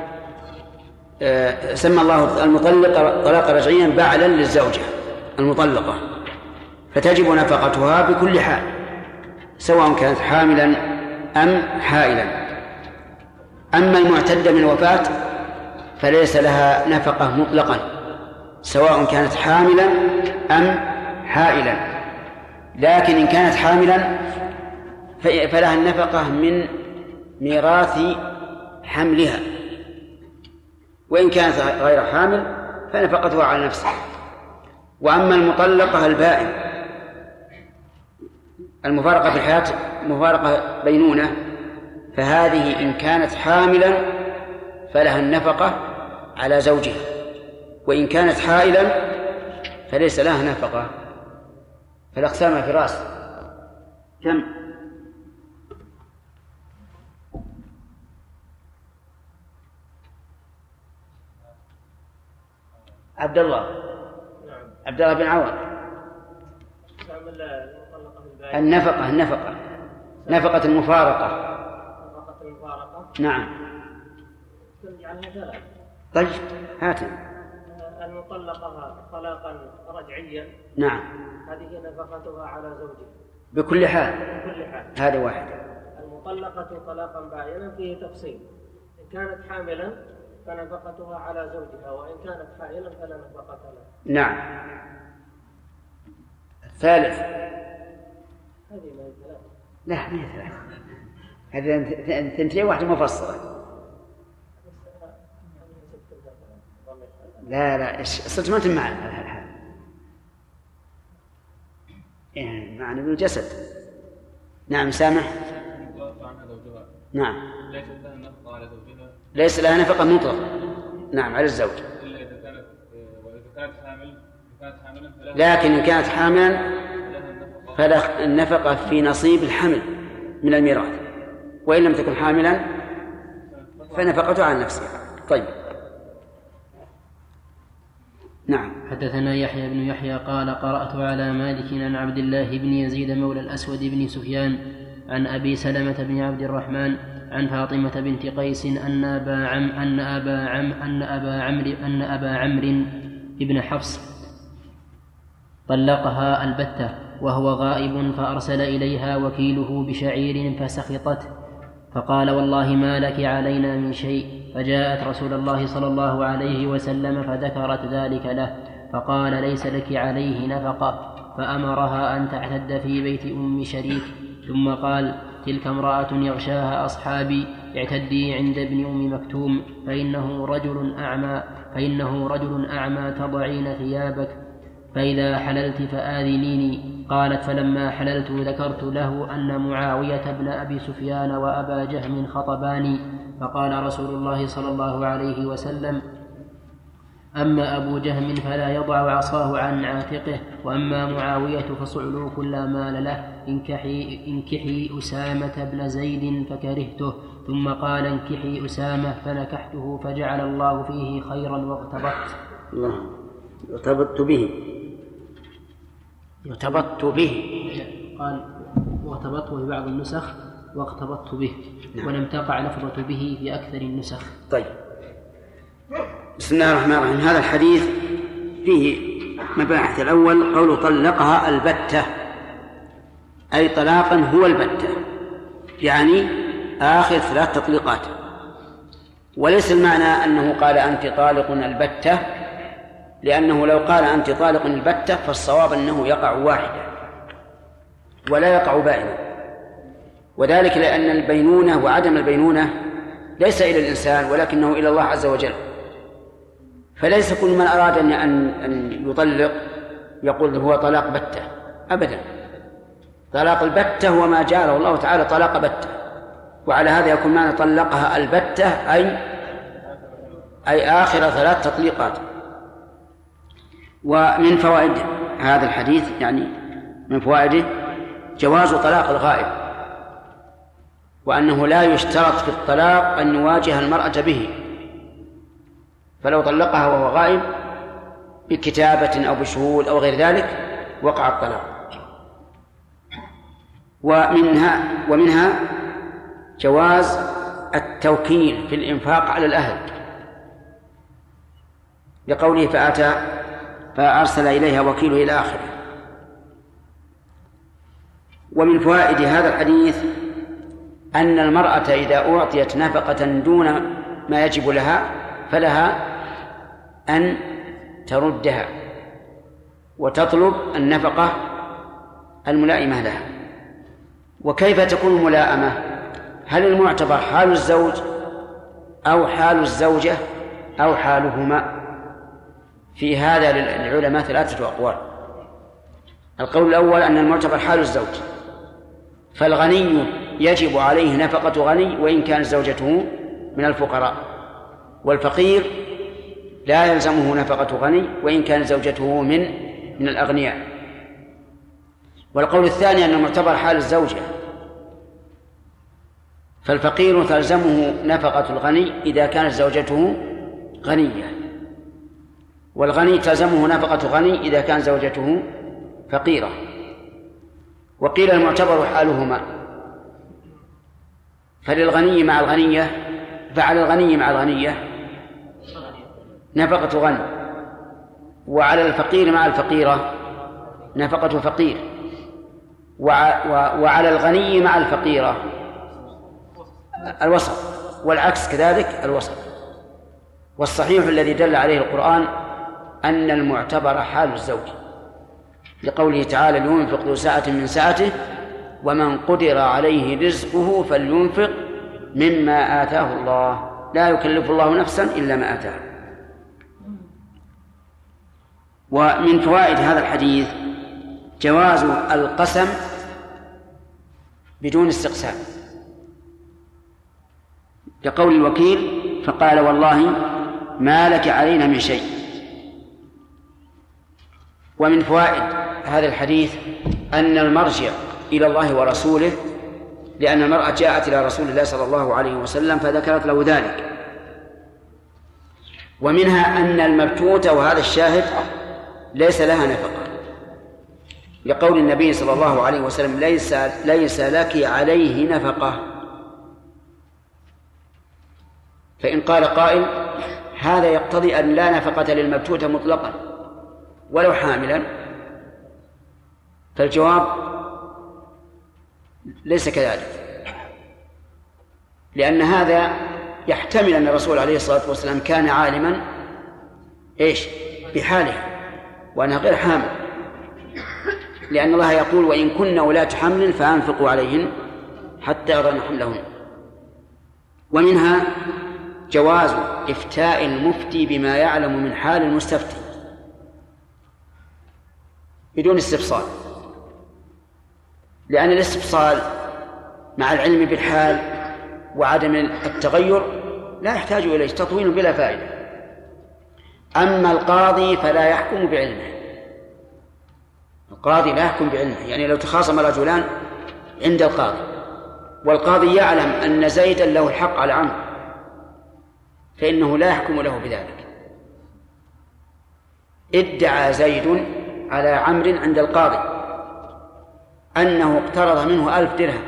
سمى الله المطلقة طلاق رجعيا بعلا للزوجة المطلقة، فتجب نفقتها بكل حال سواء كانت حاملا أم حائلا. أما المعتدة من الوفاة فليس لها نفقة مطلقا سواء كانت حاملا أم حائلا، لكن إن كانت حاملا فلها النفقة من ميراث حملها، وإن كانت غير حامل فنفقتها على نفسها. وأما المطلقة البائن المفارقة في الحياة مفارقة بينونة، فهذه إن كانت حاملا فلها النفقة على زوجها، وإن كانت حائلا فليس لها نفقة. فالأقسام في رأس كم؟ عبد الله بن عوض. النفقة نفقة المفارقة. نعم. طيب هات. المطلقة طلاقا رجعيا. نعم. هذه نفقتها على زوجها بكل حال. هذا واحد. المطلقة طلاقا بائنا فيه تفصيل، إن كانت حاملا فنفقتها على زوجها، وإن كانت حائلا فلا نفقة لها. نعم. الثالث. هذه ما هي ثلاث. لا ما هي ثلاث، هذه ثنتين واحدة مفصلة. لا صرت ما تمع الحال يعني معنى بالجسد. نعم سامح. نعم. ليس لها نفقة مطلقة. نعم على الزوج. إلا إذا كانت حاملا لكن إن كانت حاملا فلا النفقة في نصيب الحمل من الميراث، وإن لم تكن حاملا فنفقته عن نفسها. طيب. نعم. حدثنا يحيى بن يحيى قال قرأت على مالك عن عبد الله بن يزيد مولى الأسود بن سفيان عن أبي سلمة بن عبد الرحمن عن فاطمة بنت قيس أن أبا عمرو ابن حفص طلقها البتة وهو غائب، فأرسل إليها وكيله بشعير فسخطت، فقال والله ما لك علينا من شيء، فجاءت رسول الله صلى الله عليه وسلم فذكرت ذلك له، فقال ليس لك عليه نفقة، فأمرها أن تعتد في بيت أم شريك، ثم قال تلك امرأة يغشاها أصحابي، اعتدي عند ابن أم مكتوم فإنه رجل أعمى تضعين ثيابك، فإذا حللت فآذنيني. قالت فلما حللت ذكرت له أن معاوية بن أبي سفيان وأبا جهم خطباني، فقال رسول الله صلى الله عليه وسلم أما أبو جهم فلا يضع عصاه عن عاتقه، وأما معاوية فصعلوك لا مال له، انكحي أسامة بن زيد فكرهته، ثم قال انكحي أسامة فنكحته، فجعل الله فيه خيرا واغتبطت. ارتبطت به قال واغتبطت في بعض النسخ واغتبطت به، ولم تقع لفظة به في أكثر النسخ. طيب، بسم الله الرحمن الرحيم. هذا الحديث فيه مباحث. الأول قوله طلقها البتة، أي طلاقا هو البتة، يعني آخر 3 تطليقات، وليس المعنى أنه قال أنت طالق البتة، لأنه لو قال أنت طالق البتة فالصواب أنه يقع واحدة ولا يقع بائنا، وذلك لأن البينونة وعدم البينونة ليس إلى الإنسان ولكنه إلى الله عز وجل، فليس كل من أراد أن يطلق يقول هو طلاق بتة أبدا. طلاق البتة هو ما جعله الله تعالى طلاق بتة، وعلى هذا يكون معنى طلقها البتة أي آخر 3 تطليقات. ومن فوائد هذا الحديث، يعني من فوائده جواز طلاق الغائب، وأنه لا يشترط في الطلاق أن يواجه المرأة به، فلو طلقها وهو غائب بكتابة أو بشهود أو غير ذلك وقع الطلاق. ومنها جواز التوكيل في الإنفاق على الأهل، لقوله فأرسل إليها وكيله إلى آخره. ومن فوائد هذا الحديث أن المرأة إذا أعطيت نفقة دون ما يجب لها فلها أن تردها وتطلب النفقة الملائمة لها. وكيف تكون الملائمة؟ هل المعتبر حال الزوج أو حال الزوجة أو حالهما؟ في هذا للعلماء 3 أقوال. القول الأول أن المعتبر حال الزوج، فالغني يجب عليه نفقة غني وإن كانت زوجته من الفقراء، والفقير لا يلزمه نفقة غني وإن كانت زوجته من الأغنياء. والقول الثاني أن المعتبر حال الزوجة، فالفقير تلزمه نفقة الغني إذا كانت زوجته غنية، والغني تلزمه نفقة غني إذا كانت زوجته فقيرة. وقيل المعتبر حالهما، فللغني مع الغنية فعلى الغني مع الغنية نفقة غني، وعلى الفقير مع الفقيرة نفقة فقير، وعلى الغني مع الفقيرة الوسط، والعكس كذلك الوسط. والصحيح الذي دل عليه القرآن أن المعتبر حال الزوج، لقوله تعالى لينفق ذو سعة من سعته ومن قدر عليه رزقه فلينفق مما آتاه الله لا يكلف الله نفسا إلا ما آتاه. ومن فوائد هذا الحديث جواز القسم بدون استقسام، لقول الوكيل فقال والله ما لك علينا من شيء. ومن فوائد هذا الحديث أن المرجع إلى الله ورسوله، لأن المرأة جاءت إلى رسول الله صلى الله عليه وسلم فذكرت له ذلك. ومنها أن المبتوتة وهذا الشاهد ليس لها نفقة، لقول النبي صلى الله عليه وسلم ليس لك عليه نفقة، فإن قال قائل هذا يقتضي أن لا نفقة للمبتوتة مطلقا ولو حاملا، فالجواب ليس كذلك، لأن هذا يحتمل أن الرسول عليه الصلاة والسلام كان عالما بحاله وأنها غير حامل، لأن الله يقول وإن كن أولات حمل فأنفقوا عليهن حتى يضعن حملهن. ومنها جواز إفتاء المفتي بما يعلم من حال المستفتي بدون استفصال، لأن الاستفصال مع العلم بالحال وعدم التغير لا يحتاج إليه، تطويل بلا فائدة. أما القاضي فلا يحكم بعلمه، القاضي لا يحكم بعلمه، يعني لو تخاصم رجلان عند القاضي والقاضي يعلم أن زيدا له الحق على عمرو فإنه لا يحكم له بذلك. ادعى زيد على عمرو عند القاضي أنه اقترض منه 1000 درهم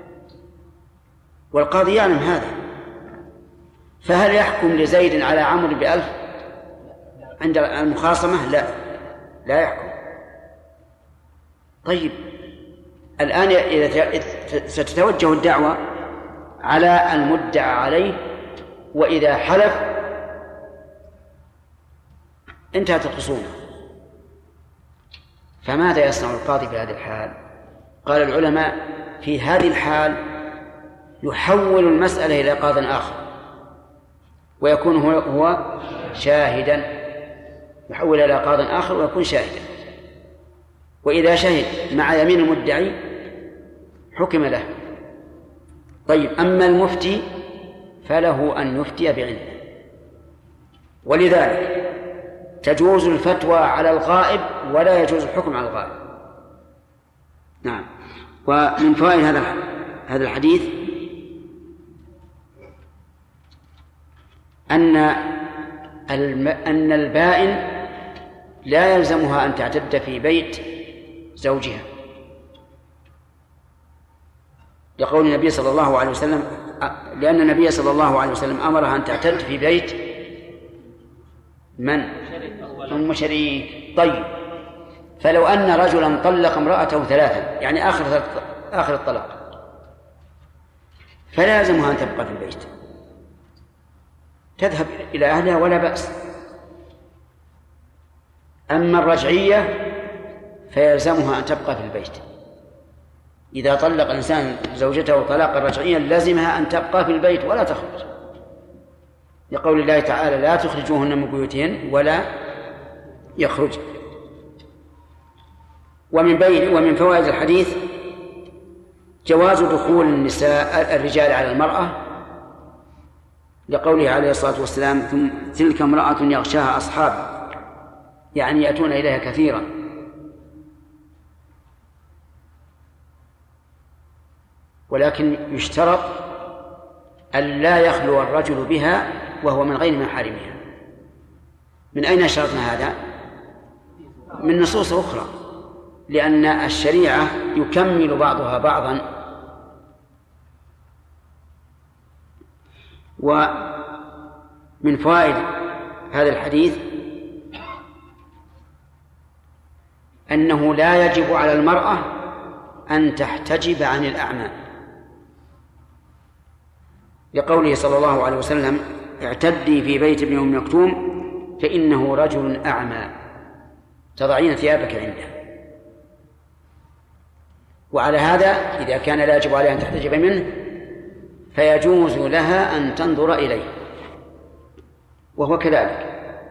والقاضي يعلم هذا، فهل يحكم لزيد على عمرو ب1000 عند المخاصمة؟ لا يحكم. طيب الآن إذا ستتوجه الدعوة على المدعى عليه وإذا حلف انتهت الخصومة، فماذا يصنع القاضي في هذه الحال؟ قال العلماء في هذه الحال يحول المسألة إلى قاض آخر ويكون هو شاهدا، يحول إلى قاض آخر ويكون شاهدا، وإذا شهد مع يمين المدعي حكم له. طيب أما المفتي فله أن يفتي بعلمه، ولذلك تجوز الفتوى على الغائب ولا يجوز الحكم على الغائب. نعم. ومن فوائد هذا الحديث أن البائن لا يلزمها أن تعتد في بيت زوجها، لقول النبي صلى الله عليه وسلم، لأن النبي صلى الله عليه وسلم أمرها أن تعتد في بيت من؟ أم شريك. طيب فلو أن رجلا طلق امرأته 3 يعني آخر الطلاق، فلا يلزمها أن تبقى في البيت، تذهب إلى أهلها ولا بأس. أما الرجعية فيلزمها أن تبقى في البيت. إذا طلق الإنسان زوجته طلاقا رجعيا لازمها أن تبقى في البيت ولا تخرج، لقول الله تعالى لا تخرجوهن من بيوتهن ولا يخرج. ومن فوائد الحديث جواز دخول الرجال على المرأة، لقوله عليه الصلاة والسلام تلك امرأة يغشاها أصحاب، يعني يأتون إليها كثيرا. ولكن يشترط أن لا يخلو الرجل بها وهو من غير محارمها. من أين شرطنا هذا؟ من نصوص أخرى، لأن الشريعة يكمل بعضها بعضا. ومن فوائد هذا الحديث أنه لا يجب على المرأة أن تحتجب عن الأعمى، لقوله صلى الله عليه وسلم اعتدي في بيت ابن أم مكتوم فإنه رجل أعمى تضعين ثيابك عنده. وعلى هذا إذا كان لا يجب عليها أن تحتجب منه فيجوز لها أن تنظر إليه، وهو كذلك.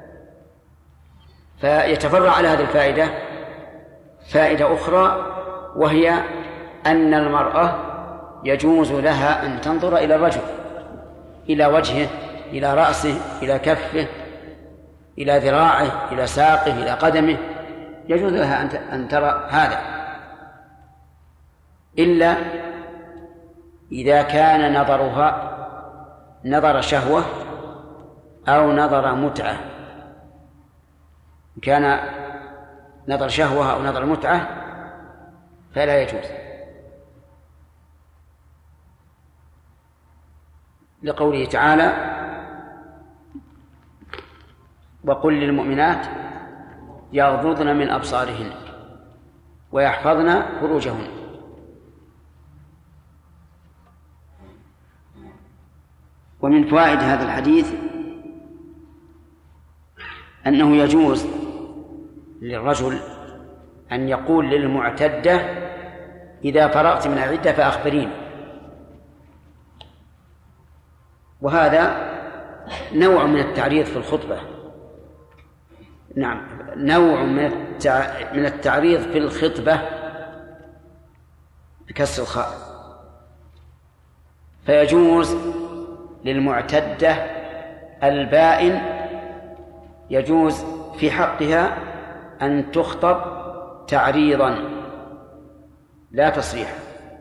فيتفرع على هذه الفائدة فائدة أخرى، وهي أن المرأة يجوز لها أن تنظر إلى الرجل، إلى وجهه، إلى رأسه، إلى كفه، إلى ذراعه، إلى ساقه، إلى قدمه، يجوز لها أن ترى هذا، إلا إذا كان نظرها نظر شهوة أو نظر متعة. كان نظر شهوة أو نظر متعة فلا يجوز، لقوله تعالى وقل للمؤمنات يغضضن من أبصارهن ويحفظن فروجهن. ومن فوائد هذا الحديث أنه يجوز للرجل أن يقول للمعتدة إذا فرغت من العدة فأخبريني، وهذا نوع من التعريض في الخطبة. نعم، نوع من التعريض في الخطبة بكسر الخاء. فيجوز للمعتدة البائن يجوز في حقها أن تخطب تعريضا لا تصريحا.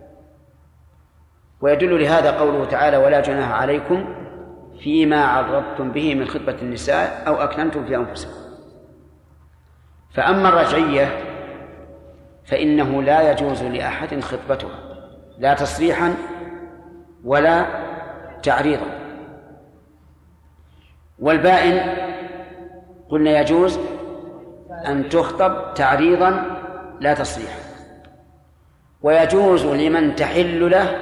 ويدل لهذا قوله تعالى: ولا جناح عليكم فيما عرضتم به من خطبة النساء أو أكننتم في أنفسكم. فأما الرجعية فإنه لا يجوز لأحد خطبتها لا تصريحا ولا تعريضا. والبائن قلنا يجوز أن تخطب تعريضا لا تصريحا، ويجوز لمن تحل له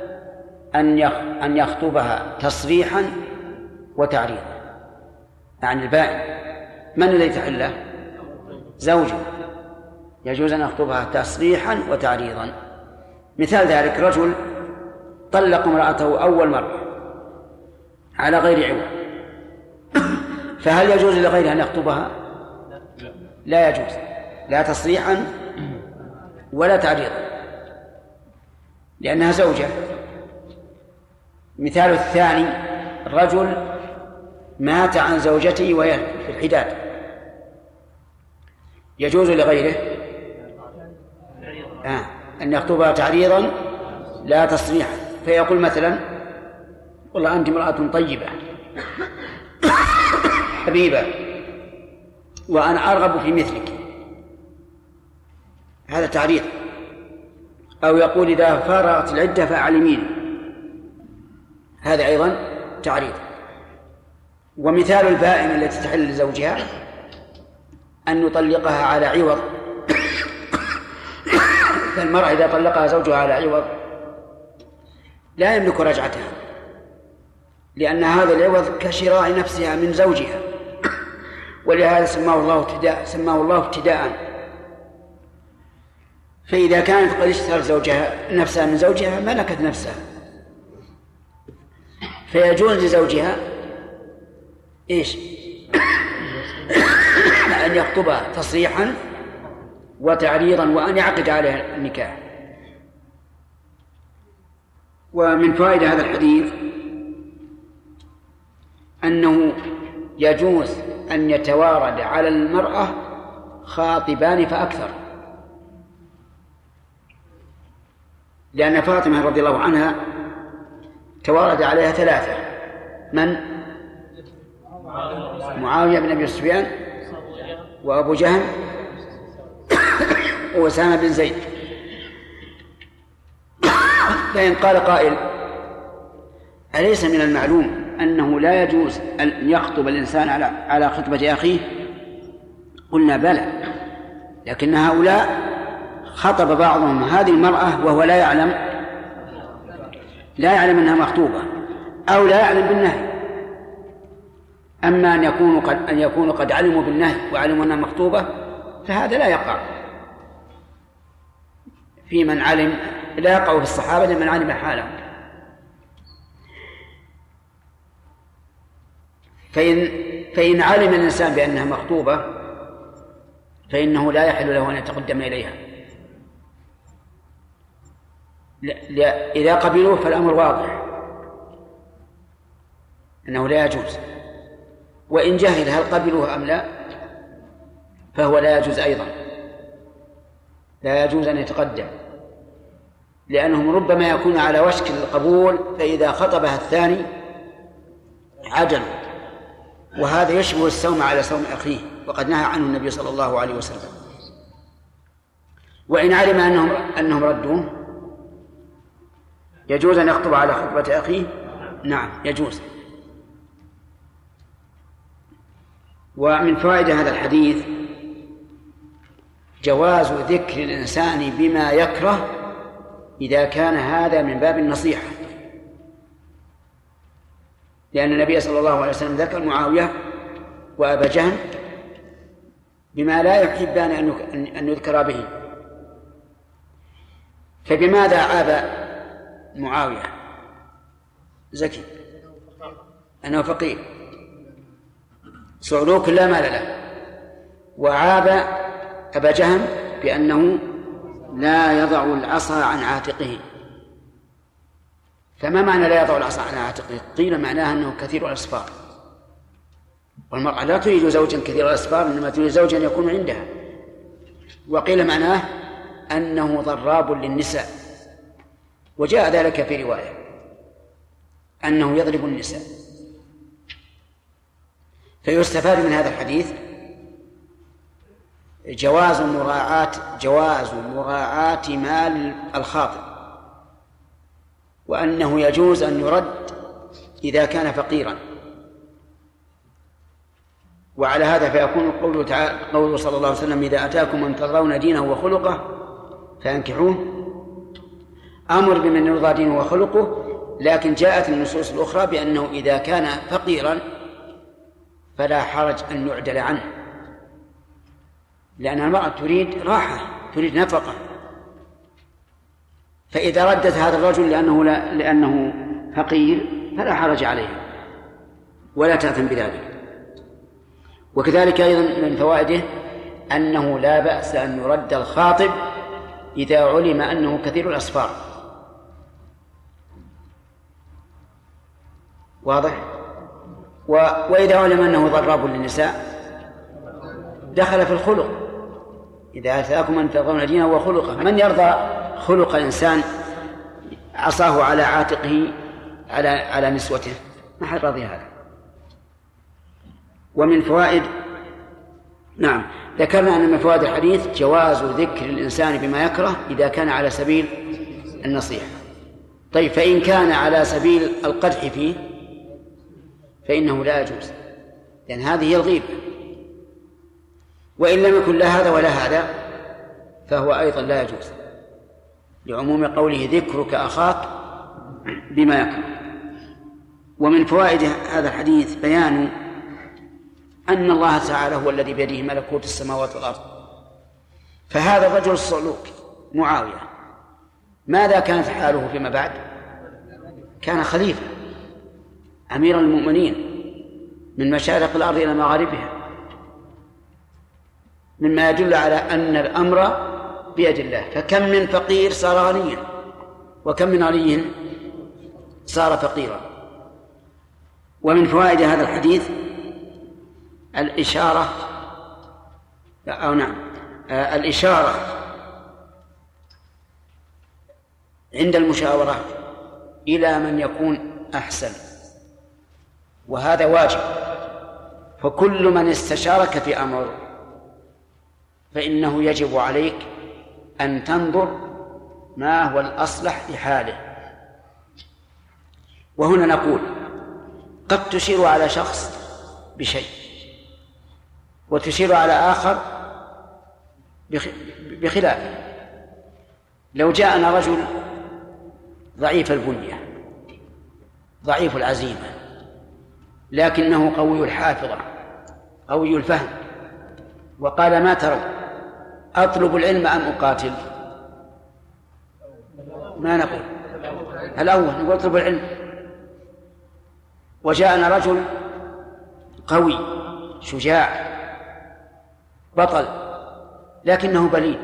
أن يخطبها تصريحا وتعريضا. يعني البائن من الذي تحل له؟ زوجه، يجوز أن يخطبها تصريحا وتعريضا. مثال ذلك: رجل طلق امرأته أول مرة على غير عوض، فهل يجوز لغيره أن يخطبها؟ لا يجوز، لا تصريحا ولا تعريضا، لأنها زوجة. مثال الثاني: الرجل مات عن زوجته وهي في الحداد، يجوز لغيره أن يخطبها تعريضا لا تصريحا، فيقول مثلا: والله أنت امرأة طيبة حبيبة وأنا أرغب في مثلك، هذا تعريض. أو يقول: إذا فرغت العدة فأعلميني، هذا أيضا تعريض. ومثال البائن التي تحل لزوجها أن يطلقها على عوض، فالمرأة إذا طلقها زوجها على عوض لا يملك رجعتها، لأن هذا العوض كشراء نفسها من زوجها، ولهذا سماه الله ابتداء. فإذا كانت قد اشترت نفسها من زوجها ملكت نفسها، فيجوز لزوجها أن يخطبها تصريحا وتعريضا وأن يعقد عليها النكاح. ومن فوائد هذا الحديث أنه يجوز أن يتوارد على المرأة خاطبان فأكثر، لأن فاطمة رضي الله عنها توارد عليها 3: من؟ معاوية بن أبي سفيان، وأبو جهل، وأسامة بن زيد. فإن قال قائل: أليس من المعلوم أنه لا يجوز أن يخطب الإنسان على خطبة أخيه؟ قلنا: بلى، لكن هؤلاء خطب بعضهم هذه المرأة وهو لا يعلم أنها مخطوبة أو لا يعلم بالنهي. أما أن يكونوا قد علموا بالنهي وعلموا أنها مخطوبة فهذا لا يقع في من علم، لا يقع في الصحابة لمن علم حالهم. فإن علم الإنسان بأنها مخطوبة فإنه لا يحل له أن يتقدم إليها. إذا قبلوه فالأمر واضح أنه لا يجوز، وإن جهل هل قبلوه أم لا فهو لا يجوز أيضا، لا يجوز أن يتقدم، لأنهم ربما يكون على وشك القبول فإذا خطبها الثاني عجل، وهذا يشبه السوم على سوم أخيه، وقد نهى عنه النبي صلى الله عليه وسلم. وإن علم أنهم ردوه يجوز أن يخطب على خطبة أخيه؟ نعم يجوز. ومن فوائد هذا الحديث جواز ذكر الإنسان بما يكره إذا كان هذا من باب النصيحة، لأن النبي صلى الله عليه وسلم ذكر معاوية وأبا جهل بما لا يحبان أن يذكر به. فبماذا عاب معاوية زكي؟ أنه فقير صعلوك لا مال له. وعاب أبا جهل بأنه لا يضع العصا عن عاتقه. فما معنى لا يضع العصا عن عاتقه؟ قيل معناها أنه كثير الأسفار، والمرأة لا تريد زوجا كثير الأسفار، إنما تريد زوجا يكون عندها. وقيل معناه أنه ضراب للنساء، وجاء ذلك في رواية أنه يضرب النساء. فيستفاد من هذا الحديث جواز مراعاة مال الخاطب، وأنه يجوز أن يرد إذا كان فقيرا. وعلى هذا فيكون قوله صلى الله عليه وسلم إذا أتاكم من ترضون دينه وخلقه فانكحوه أمر بمن يرضى دينه وخلقه، لكن جاءت النصوص الأخرى بأنه إذا كان فقيرا فلا حرج أن يعدل عنه، لأن المرأة تريد راحة، تريد نفقة. فإذا ردت هذا الرجل لأنه فقير فلا حرج عليه ولا تأثم بذلك. وكذلك أيضا من فوائده أنه لا بأس أن يرد الخاطب إذا علم أنه كثير الأسفار. واضح؟ وإذا علم أنه ضراب للنساء دخل في الخلق. إذا أتاكم من ترضون دينه وخلقه، من يرضى خلق إنسان عصاه على عاتقه على نسوته؟ ما حد راضي هذا. ومن فوائد ذكرنا أن من فوائد الحديث جواز ذكر الإنسان بما يكره إذا كان على سبيل النصيحة. طيب، فإن كان على سبيل القدح فيه فإنه لا يجوز، لأن هذه هي الغيبة. وإن لم يكن لا هذا ولا هذا فهو أيضا لا يجوز، لعموم قوله ذكرك أخاك بما يكره. ومن فوائد هذا الحديث بيان أن الله تعالى هو الذي بيده ملكوت السماوات والأرض. فهذا الرجل الصعلوك معاوية ماذا كانت حاله فيما بعد؟ كان خليفة أمير المؤمنين من مشارق الأرض إلى مغاربها، مما يدل على أن الأمر بيد الله. فكم من فقير صار غنيا، وكم من غني صار فقيرا. ومن فوائد هذا الحديث الإشارة عند المشاورة إلى من يكون أحسن، وهذا واجب. فكل من استشارك في أمر فإنه يجب عليك أن تنظر ما هو الأصلح لحاله. وهنا نقول قد تشير على شخص بشيء وتشير على آخر بخلافه. لو جاءنا رجل ضعيف البنية ضعيف العزيمة لكنه قوي الحافظة قوي الفهم، وقال ما ترى أطلب العلم أم أقاتل؟ ما نقول الأول، نقول أطلب العلم. وجاءنا رجل قوي شجاع بطل لكنه بليد،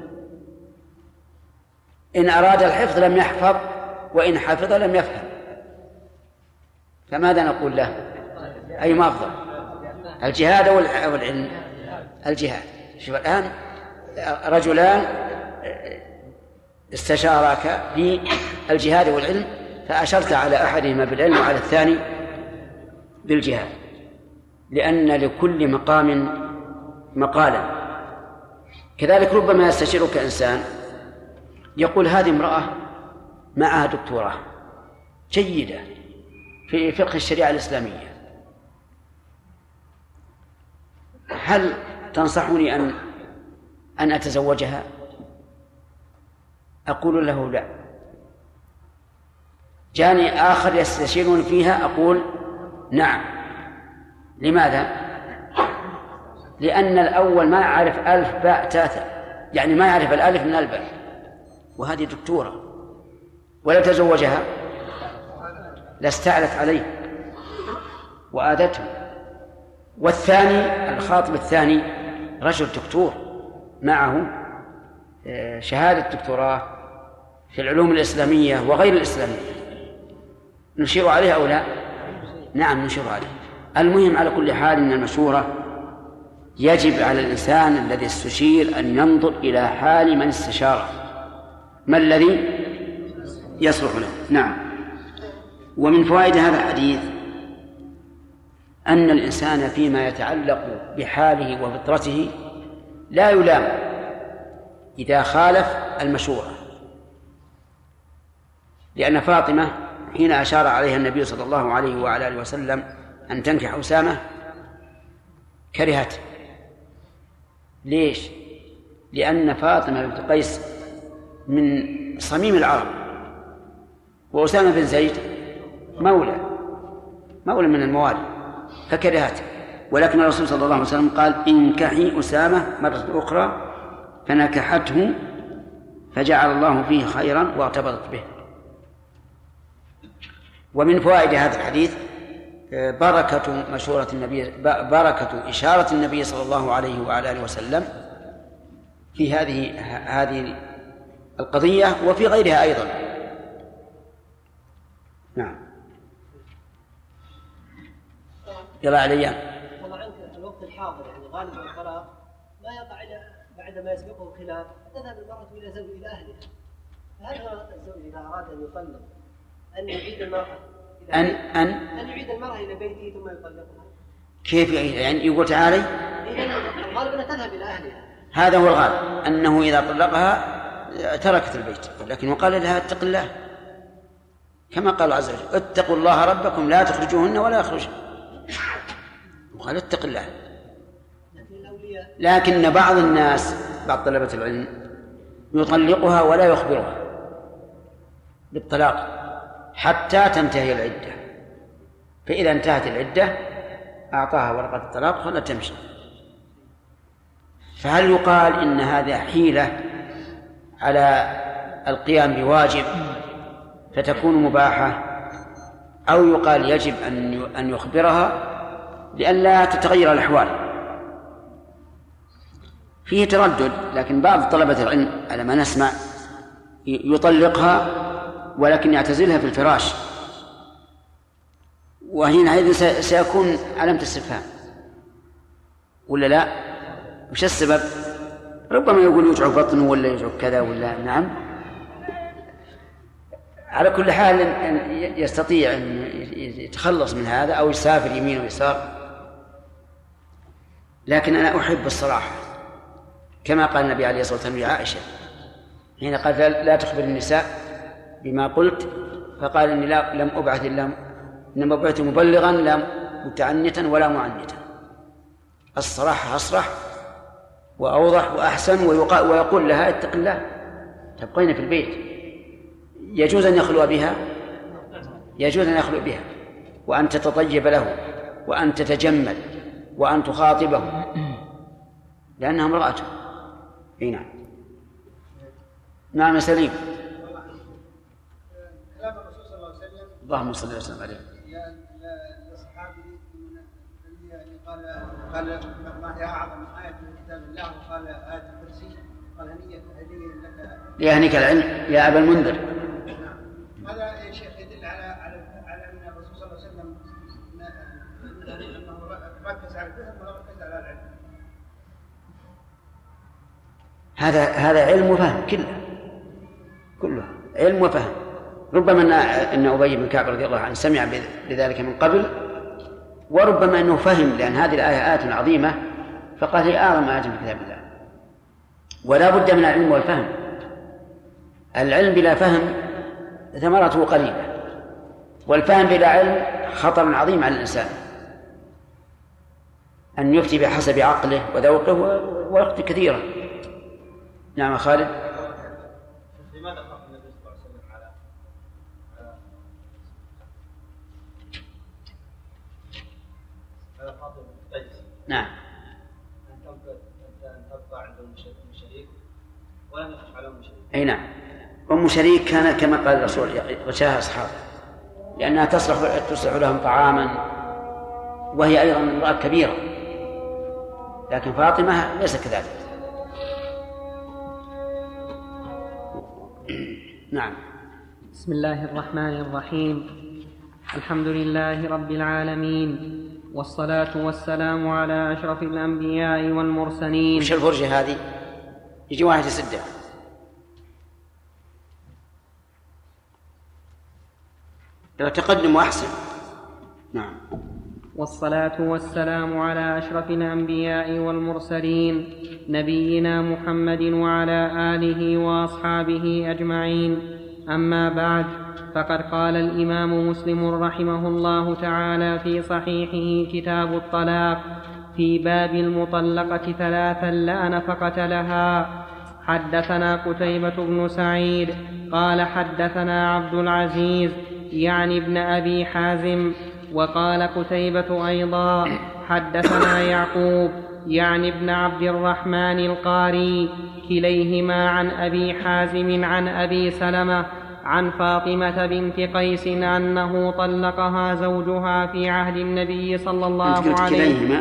إن أراد الحفظ لم يحفظ وإن حفظ لم يفهم، فماذا نقول له؟ أي ما أفضل، الجهاد والعلم؟ الجهاد. شوف الآن رجلان استشارك في الجهاد والعلم، فأشرت على أحدهما بالعلم وعلى الثاني بالجهاد، لأن لكل مقام مقالا. كذلك ربما يستشيرك إنسان يقول هذه امرأة معها دكتوراه جيدة في فقه الشريعة الإسلامية، هل تنصحني أن أتزوجها؟ أقول له لا. جاني آخر يستشيرون فيها، أقول نعم. لماذا؟ لأن الأول ما يعرف ألف باء تاء، يعني ما يعرف الألف من الباء، وهذه دكتورة، ولو تزوجها لاستعلت عليه وآذته. والثاني الخاطب الثاني رجل دكتور معه شهادة دكتوراه في العلوم الإسلامية وغير الإسلامية، نشير عليه أو لا؟ نعم نشير عليه. المهم على كل حال أن المشورة يجب على الإنسان الذي استشير أن ينظر إلى حال من استشاره، ما الذي يصلح له. نعم. ومن فوائد هذا الحديث أن الإنسان فيما يتعلق بحاله وفطرته لا يلام إذا خالف المشورة، لأن فاطمة حين أشار عليها النبي صلى الله عليه وعلى آله وسلم أن تنكح أسامة كرهت. ليش؟ لأن فاطمة بنت قيس من صميم العرب، وأسامة بن زيد مولى من الموالي، فكرهت. ولكن الرسول صلى الله عليه وسلم قال انكحي أسامة مرة أخرى، فنكحته فجعل الله فيه خيرا وارتبطت به. ومن فوائد هذا الحديث بركة مشورة النبي، بركة إشارة النبي صلى الله عليه وعلى آله وسلم في هذه القضية وفي غيرها أيضا. نعم. يلا علي. طبعا الوقت الحاضر يعني غالب الطلاق ما يقع إلا بعد ما يسبقه الخلاف، تذهب المرأة إلى أهلها. فهل هو الزوج إذا أراد أن يطلق أن يعيد المرأة أن يعيد المرأة إلى بيته ثم يطلقها؟ كيف يعيد؟ يعني يقول تعالي؟ الغالب أنها تذهب إلى أهلها. هذا هو الغالب، أنه إذا طلقها تركت البيت، لكن وقال لها اتق الله كما قال عز وجل اتقوا الله ربكم لا تخرجوهن ولا يخرجن، وقال اتق الله. لكن بعض الناس، بعض طلبة العلم يطلقها ولا يخبرها بالطلاق حتى تنتهي العدة، فإذا انتهت العدة أعطاها ورقة الطلاق ولا تمشي. فهل يقال إن هذا حيلة على القيام بواجب فتكون مباحة، أو يقال يجب أن يخبرها لئلا تتغير الأحوال؟ فيه تردد، لكن بعض طلبة العلم على ما نسمع يطلقها ولكن يعتزلها في الفراش، وحينئذ سيكون علامة استفهام ولا لا؟ وش السبب؟ ربما يقول يوجع بطنه ولا يوجع كذا ولا. نعم. على كل حال يستطيع أن يتخلص من هذا أو يسافر يمين ويسار، لكن أنا أحب الصراحة كما قال النبي عليه الصلاة والسلام لعائشة حين قال لا تخبر النساء بما قلت، فقال إني لم أبعث إلا إنما بعثت مبلغا لا متعنتا ولا معنتا. الصراحة أصرح وأوضح وأحسن، ويقول لها اتق الله تبقين في البيت. يجوز أن يخلو بها، يجوز أن يخلو بها، وأن تتطيب له، وأن تتجمل، وأن تخاطبه، لأنها امرأته. نعم. نعم سليم. كلام الرسول صلى الله عليه وسلم اللهم صل وسلم عليه. الصحابي الذي قال ما هي أعظم آية من كتاب الله، وقال آية الكرسي، قال هنيئا لك يهنيك العلم يا أبا المنذر. هذا يا شيخ يدل على أن الرسول صلى الله عليه وسلم أنه ركز على الفهم ولا ركز على العلم. هذا علم وفهم، كله علم وفهم. ربما أن أبي بن كعب رضي الله عنه سمع بذلك من قبل، وربما أنه فهم، لأن هذه الآية آية عظيمة فقال هي أعظم آية في كتاب الله. ولا بد من العلم والفهم. العلم بلا فهم ثمرته قليلة، والفهم بلا علم خطر عظيم على الإنسان. أن يفتي بحسب عقله وذوقه ويخطئ كثيرا. نعم خالد. لماذا خاف النبي صلى الله عليه وسلم على خاطر قيس؟ نعم. أن تبقى عند المشريك ولم يخف على المشريك. أي نعم. أم شريك كان كما قال الرسول غشاها أصحابه لأنها تصلح لهم طعاما وهي أيضا امرأة كبيرة، لكن فاطمة ليس كذلك. نعم. بسم الله الرحمن الرحيم. الحمد لله رب العالمين، والصلاة والسلام على أشرف الأنبياء والمرسلين. وش الفرجة هذه؟ يجي واحد يسدها. لو تقدم وأحسن. نعم. والصلاة والسلام على أشرف الأنبياء والمرسلين نبينا محمد وعلى آله وأصحابه أجمعين. أما بعد، فقد قال الإمام مسلم رحمه الله تعالى في صحيحه كتاب الطلاق في باب المطلقة ثلاثا لا نفقة لها: حدثنا قتيبة بن سعيد قال حدثنا عبد العزيز يعني ابن أبي حازم، وقال قتيبة أيضا حدثنا يعقوب يعني ابن عبد الرحمن القاري، كليهما عن أبي حازم عن أبي سلمة عن فاطمة بنت قيس أنه طلقها زوجها في عهد النبي صلى الله عليه وسلم.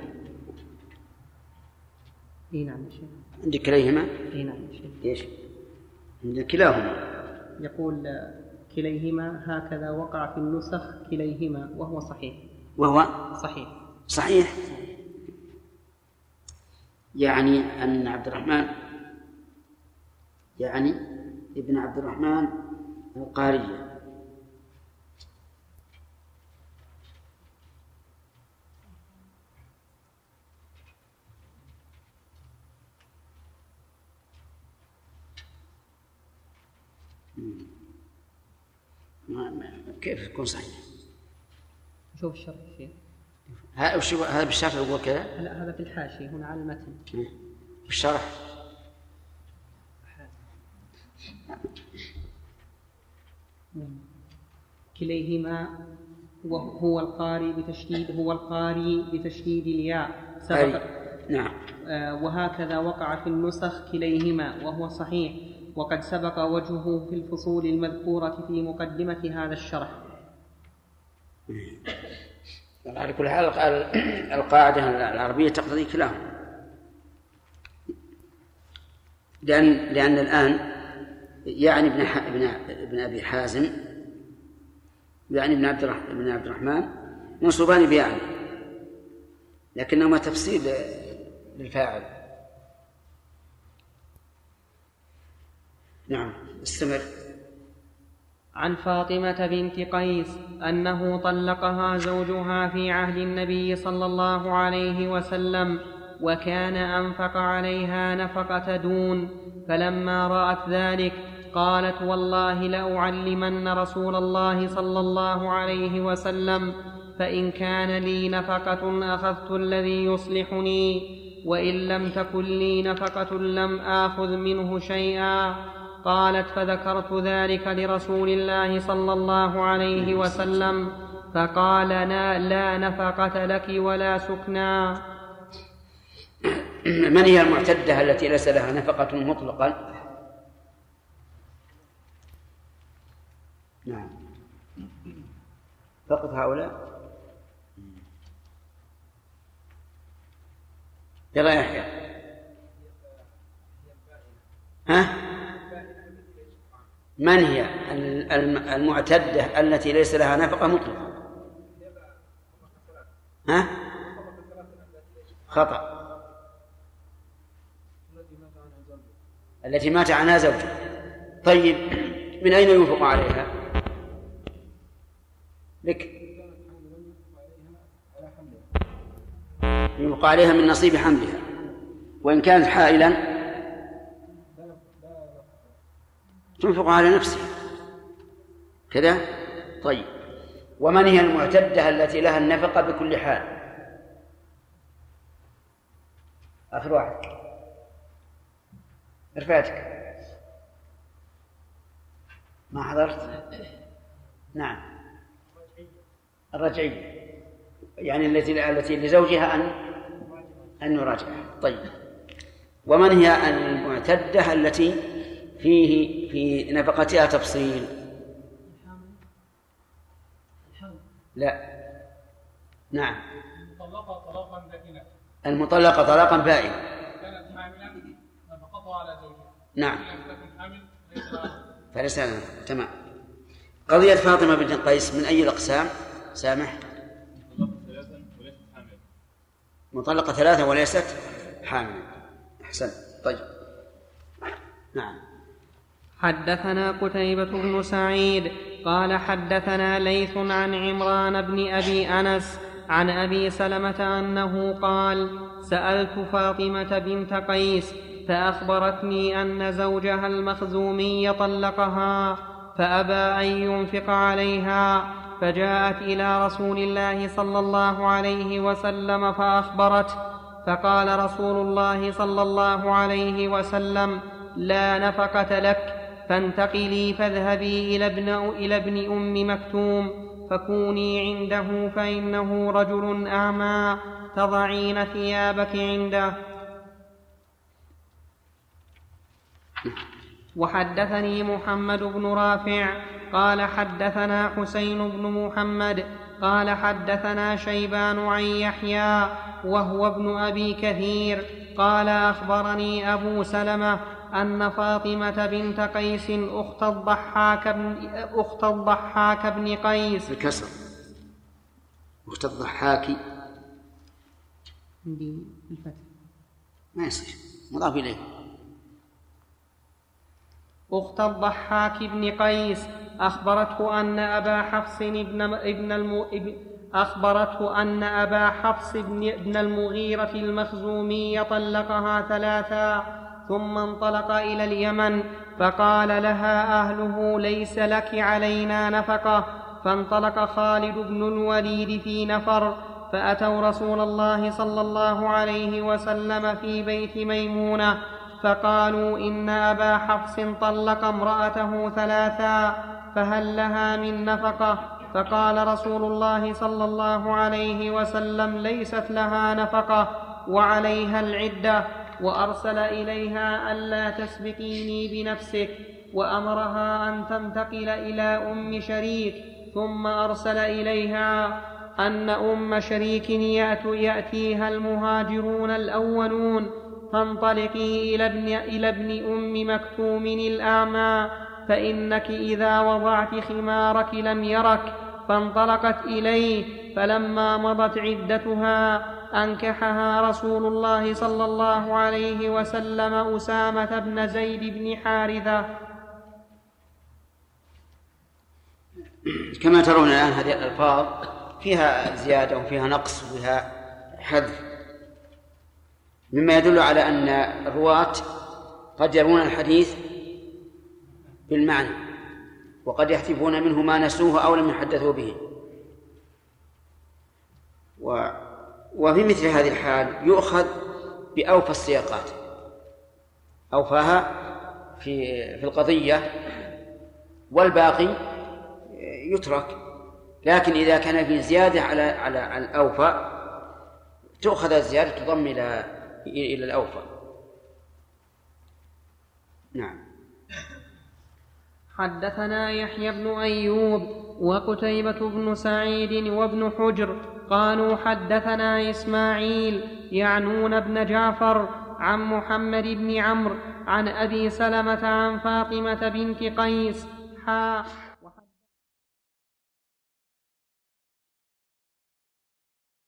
عندك كليهما؟ نعم. ايش؟ عندك كلاهما. يقول كليهما هكذا وقع في النسخ كليهما، وهو صحيح. وهو صحيح. يعني أن عبد الرحمن يعني ابن عبد الرحمن القارية. كيف تكون صحيح؟ شوف الشرح فيه. هذا بالشرح يقول كذا؟ لا، هذا في الحاشية هنا على المتن. بالشرح كليهما وهو القاري بتشديد الياء سبق. نعم. وهكذا وقع في النسخ كليهما وهو صحيح، وقد سبق وجهه في الفصول المذكورة في مقدمة هذا الشرح. على كل حال القاعدة العربية تقتضي كلاهما، لأن الآن يعني ابن أبي حازم يعني ابن عبد الرحمن منصوبان بيعني، لكنهما تفسير للفاعل. نعم استمر. عن فاطمة بنت قيس أنه طلقها زوجها في عهد النبي صلى الله عليه وسلم، وكان أنفق عليها نفقة دون، فلما رأت ذلك قالت: والله لأعلمن رسول الله صلى الله عليه وسلم، فإن كان لي نفقة أخذت الذي يصلحني، وإن لم تكن لي نفقة لم آخذ منه شيئا. قالت: فذكرت ذلك لرسول الله صلى الله عليه وسلم، فقال: لا نفقة لك ولا سكنى. من هي المعتدة التي ليس لها نفقة مطلقا؟ نعم فقط هؤلاء. يلا يحيى. ها؟ من هي المعتدة التي ليس لها نفقة مطلقة؟ ها؟ خطأ. التي مات عنها زوجها. طيب من أين ينفق عليها؟ لك ينفق عليها من نصيب حملها، وإن كانت حائلا تنفق على نفسها كذا. طيب ومن هي المعتدة التي لها النفقة بكل حال؟ آخر واحد رفعتك ما حضرت. نعم الرجعية يعني التي لزوجها أن يراجعها. طيب ومن هي المعتدة التي في نفقتها تفصيل؟ لا نعم المطلقة طلاقا بائنا كانت حاملا نفقتها على زوجها. نعم حامل فليس لها. تمام. قضية فاطمة بنت قيس من أي الأقسام؟ سامح. مطلقة 3 وليست حامل. أحسن. طيب نعم. حدثنا قتيبة بن سعيد قال حدثنا ليث عن عمران بن أبي أنس عن أبي سلمة أنه قال سألت فاطمة بنت قيس فأخبرتني أن زوجها المخزومي طلقها فأبى أن ينفق عليها، فجاءت إلى رسول الله صلى الله عليه وسلم فأخبرته، فقال رسول الله صلى الله عليه وسلم لا نفقة لك، فانتقلي فاذهبي إلى ابن أم مكتوم فكوني عنده فإنه رجل أعمى تضعين ثيابك عنده. وحدثني محمد بن رافع قال حدثنا حسين بن محمد قال حدثنا شيبان عن يحيى وهو ابن أبي كثير قال أخبرني أبو سلمة أن فاطمة بنت قيس أخت الضحاك بن قيس الكسر أخت الضحاك ما يصير مضاف إليه أخت الضحاك بن قيس أخبرته أن أبا حفص بن المغيرة المخزومي طلقها 3 ثم انطلق إلى اليمن، فقال لها أهله ليس لك علينا نفقة، فانطلق خالد بن الوليد في نفر فأتوا رسول الله صلى الله عليه وسلم في بيت ميمونة فقالوا إن أبا حفص طلق امرأته 3 فهل لها من نفقة؟ فقال رسول الله صلى الله عليه وسلم ليست لها نفقة وعليها العدة، وأرسل إليها ألا تسبقيني بنفسك، وأمرها أن تنتقل إلى أم شريك، ثم أرسل إليها أن أم شريك يأتيها المهاجرون الأولون فانطلقي إلى ابن أم مكتوم الأعمى فإنك إذا وضعت خمارك لم يرك، فانطلقت إليه، فلما مضت عدتها أنكحها رسول الله صلى الله عليه وسلم أسامة بن زيد بن حارثة. كما ترون الآن هذه الألفاظ فيها زيادة وفيها نقص وفيها حذف، مما يدل على أن الرواة قد يرون الحديث بالمعنى وقد يحذفون منه ما نسوه أو لم يحدثوا به. وفي مثل هذه الحال يؤخذ بأوفى السياقات، أوفاها في القضية، والباقي يترك. لكن إذا كان في زيادة على الأوفى تؤخذ الزيادة تضم إلى الأوفى. نعم. حدثنا يحيى بن أيوب وقتيبة بن سعيد وابن حجر قالوا حدثنا إسماعيل يعنون بن جعفر عن محمد بن عمرو عن أبي سلمة عن فاطمة بنت قيس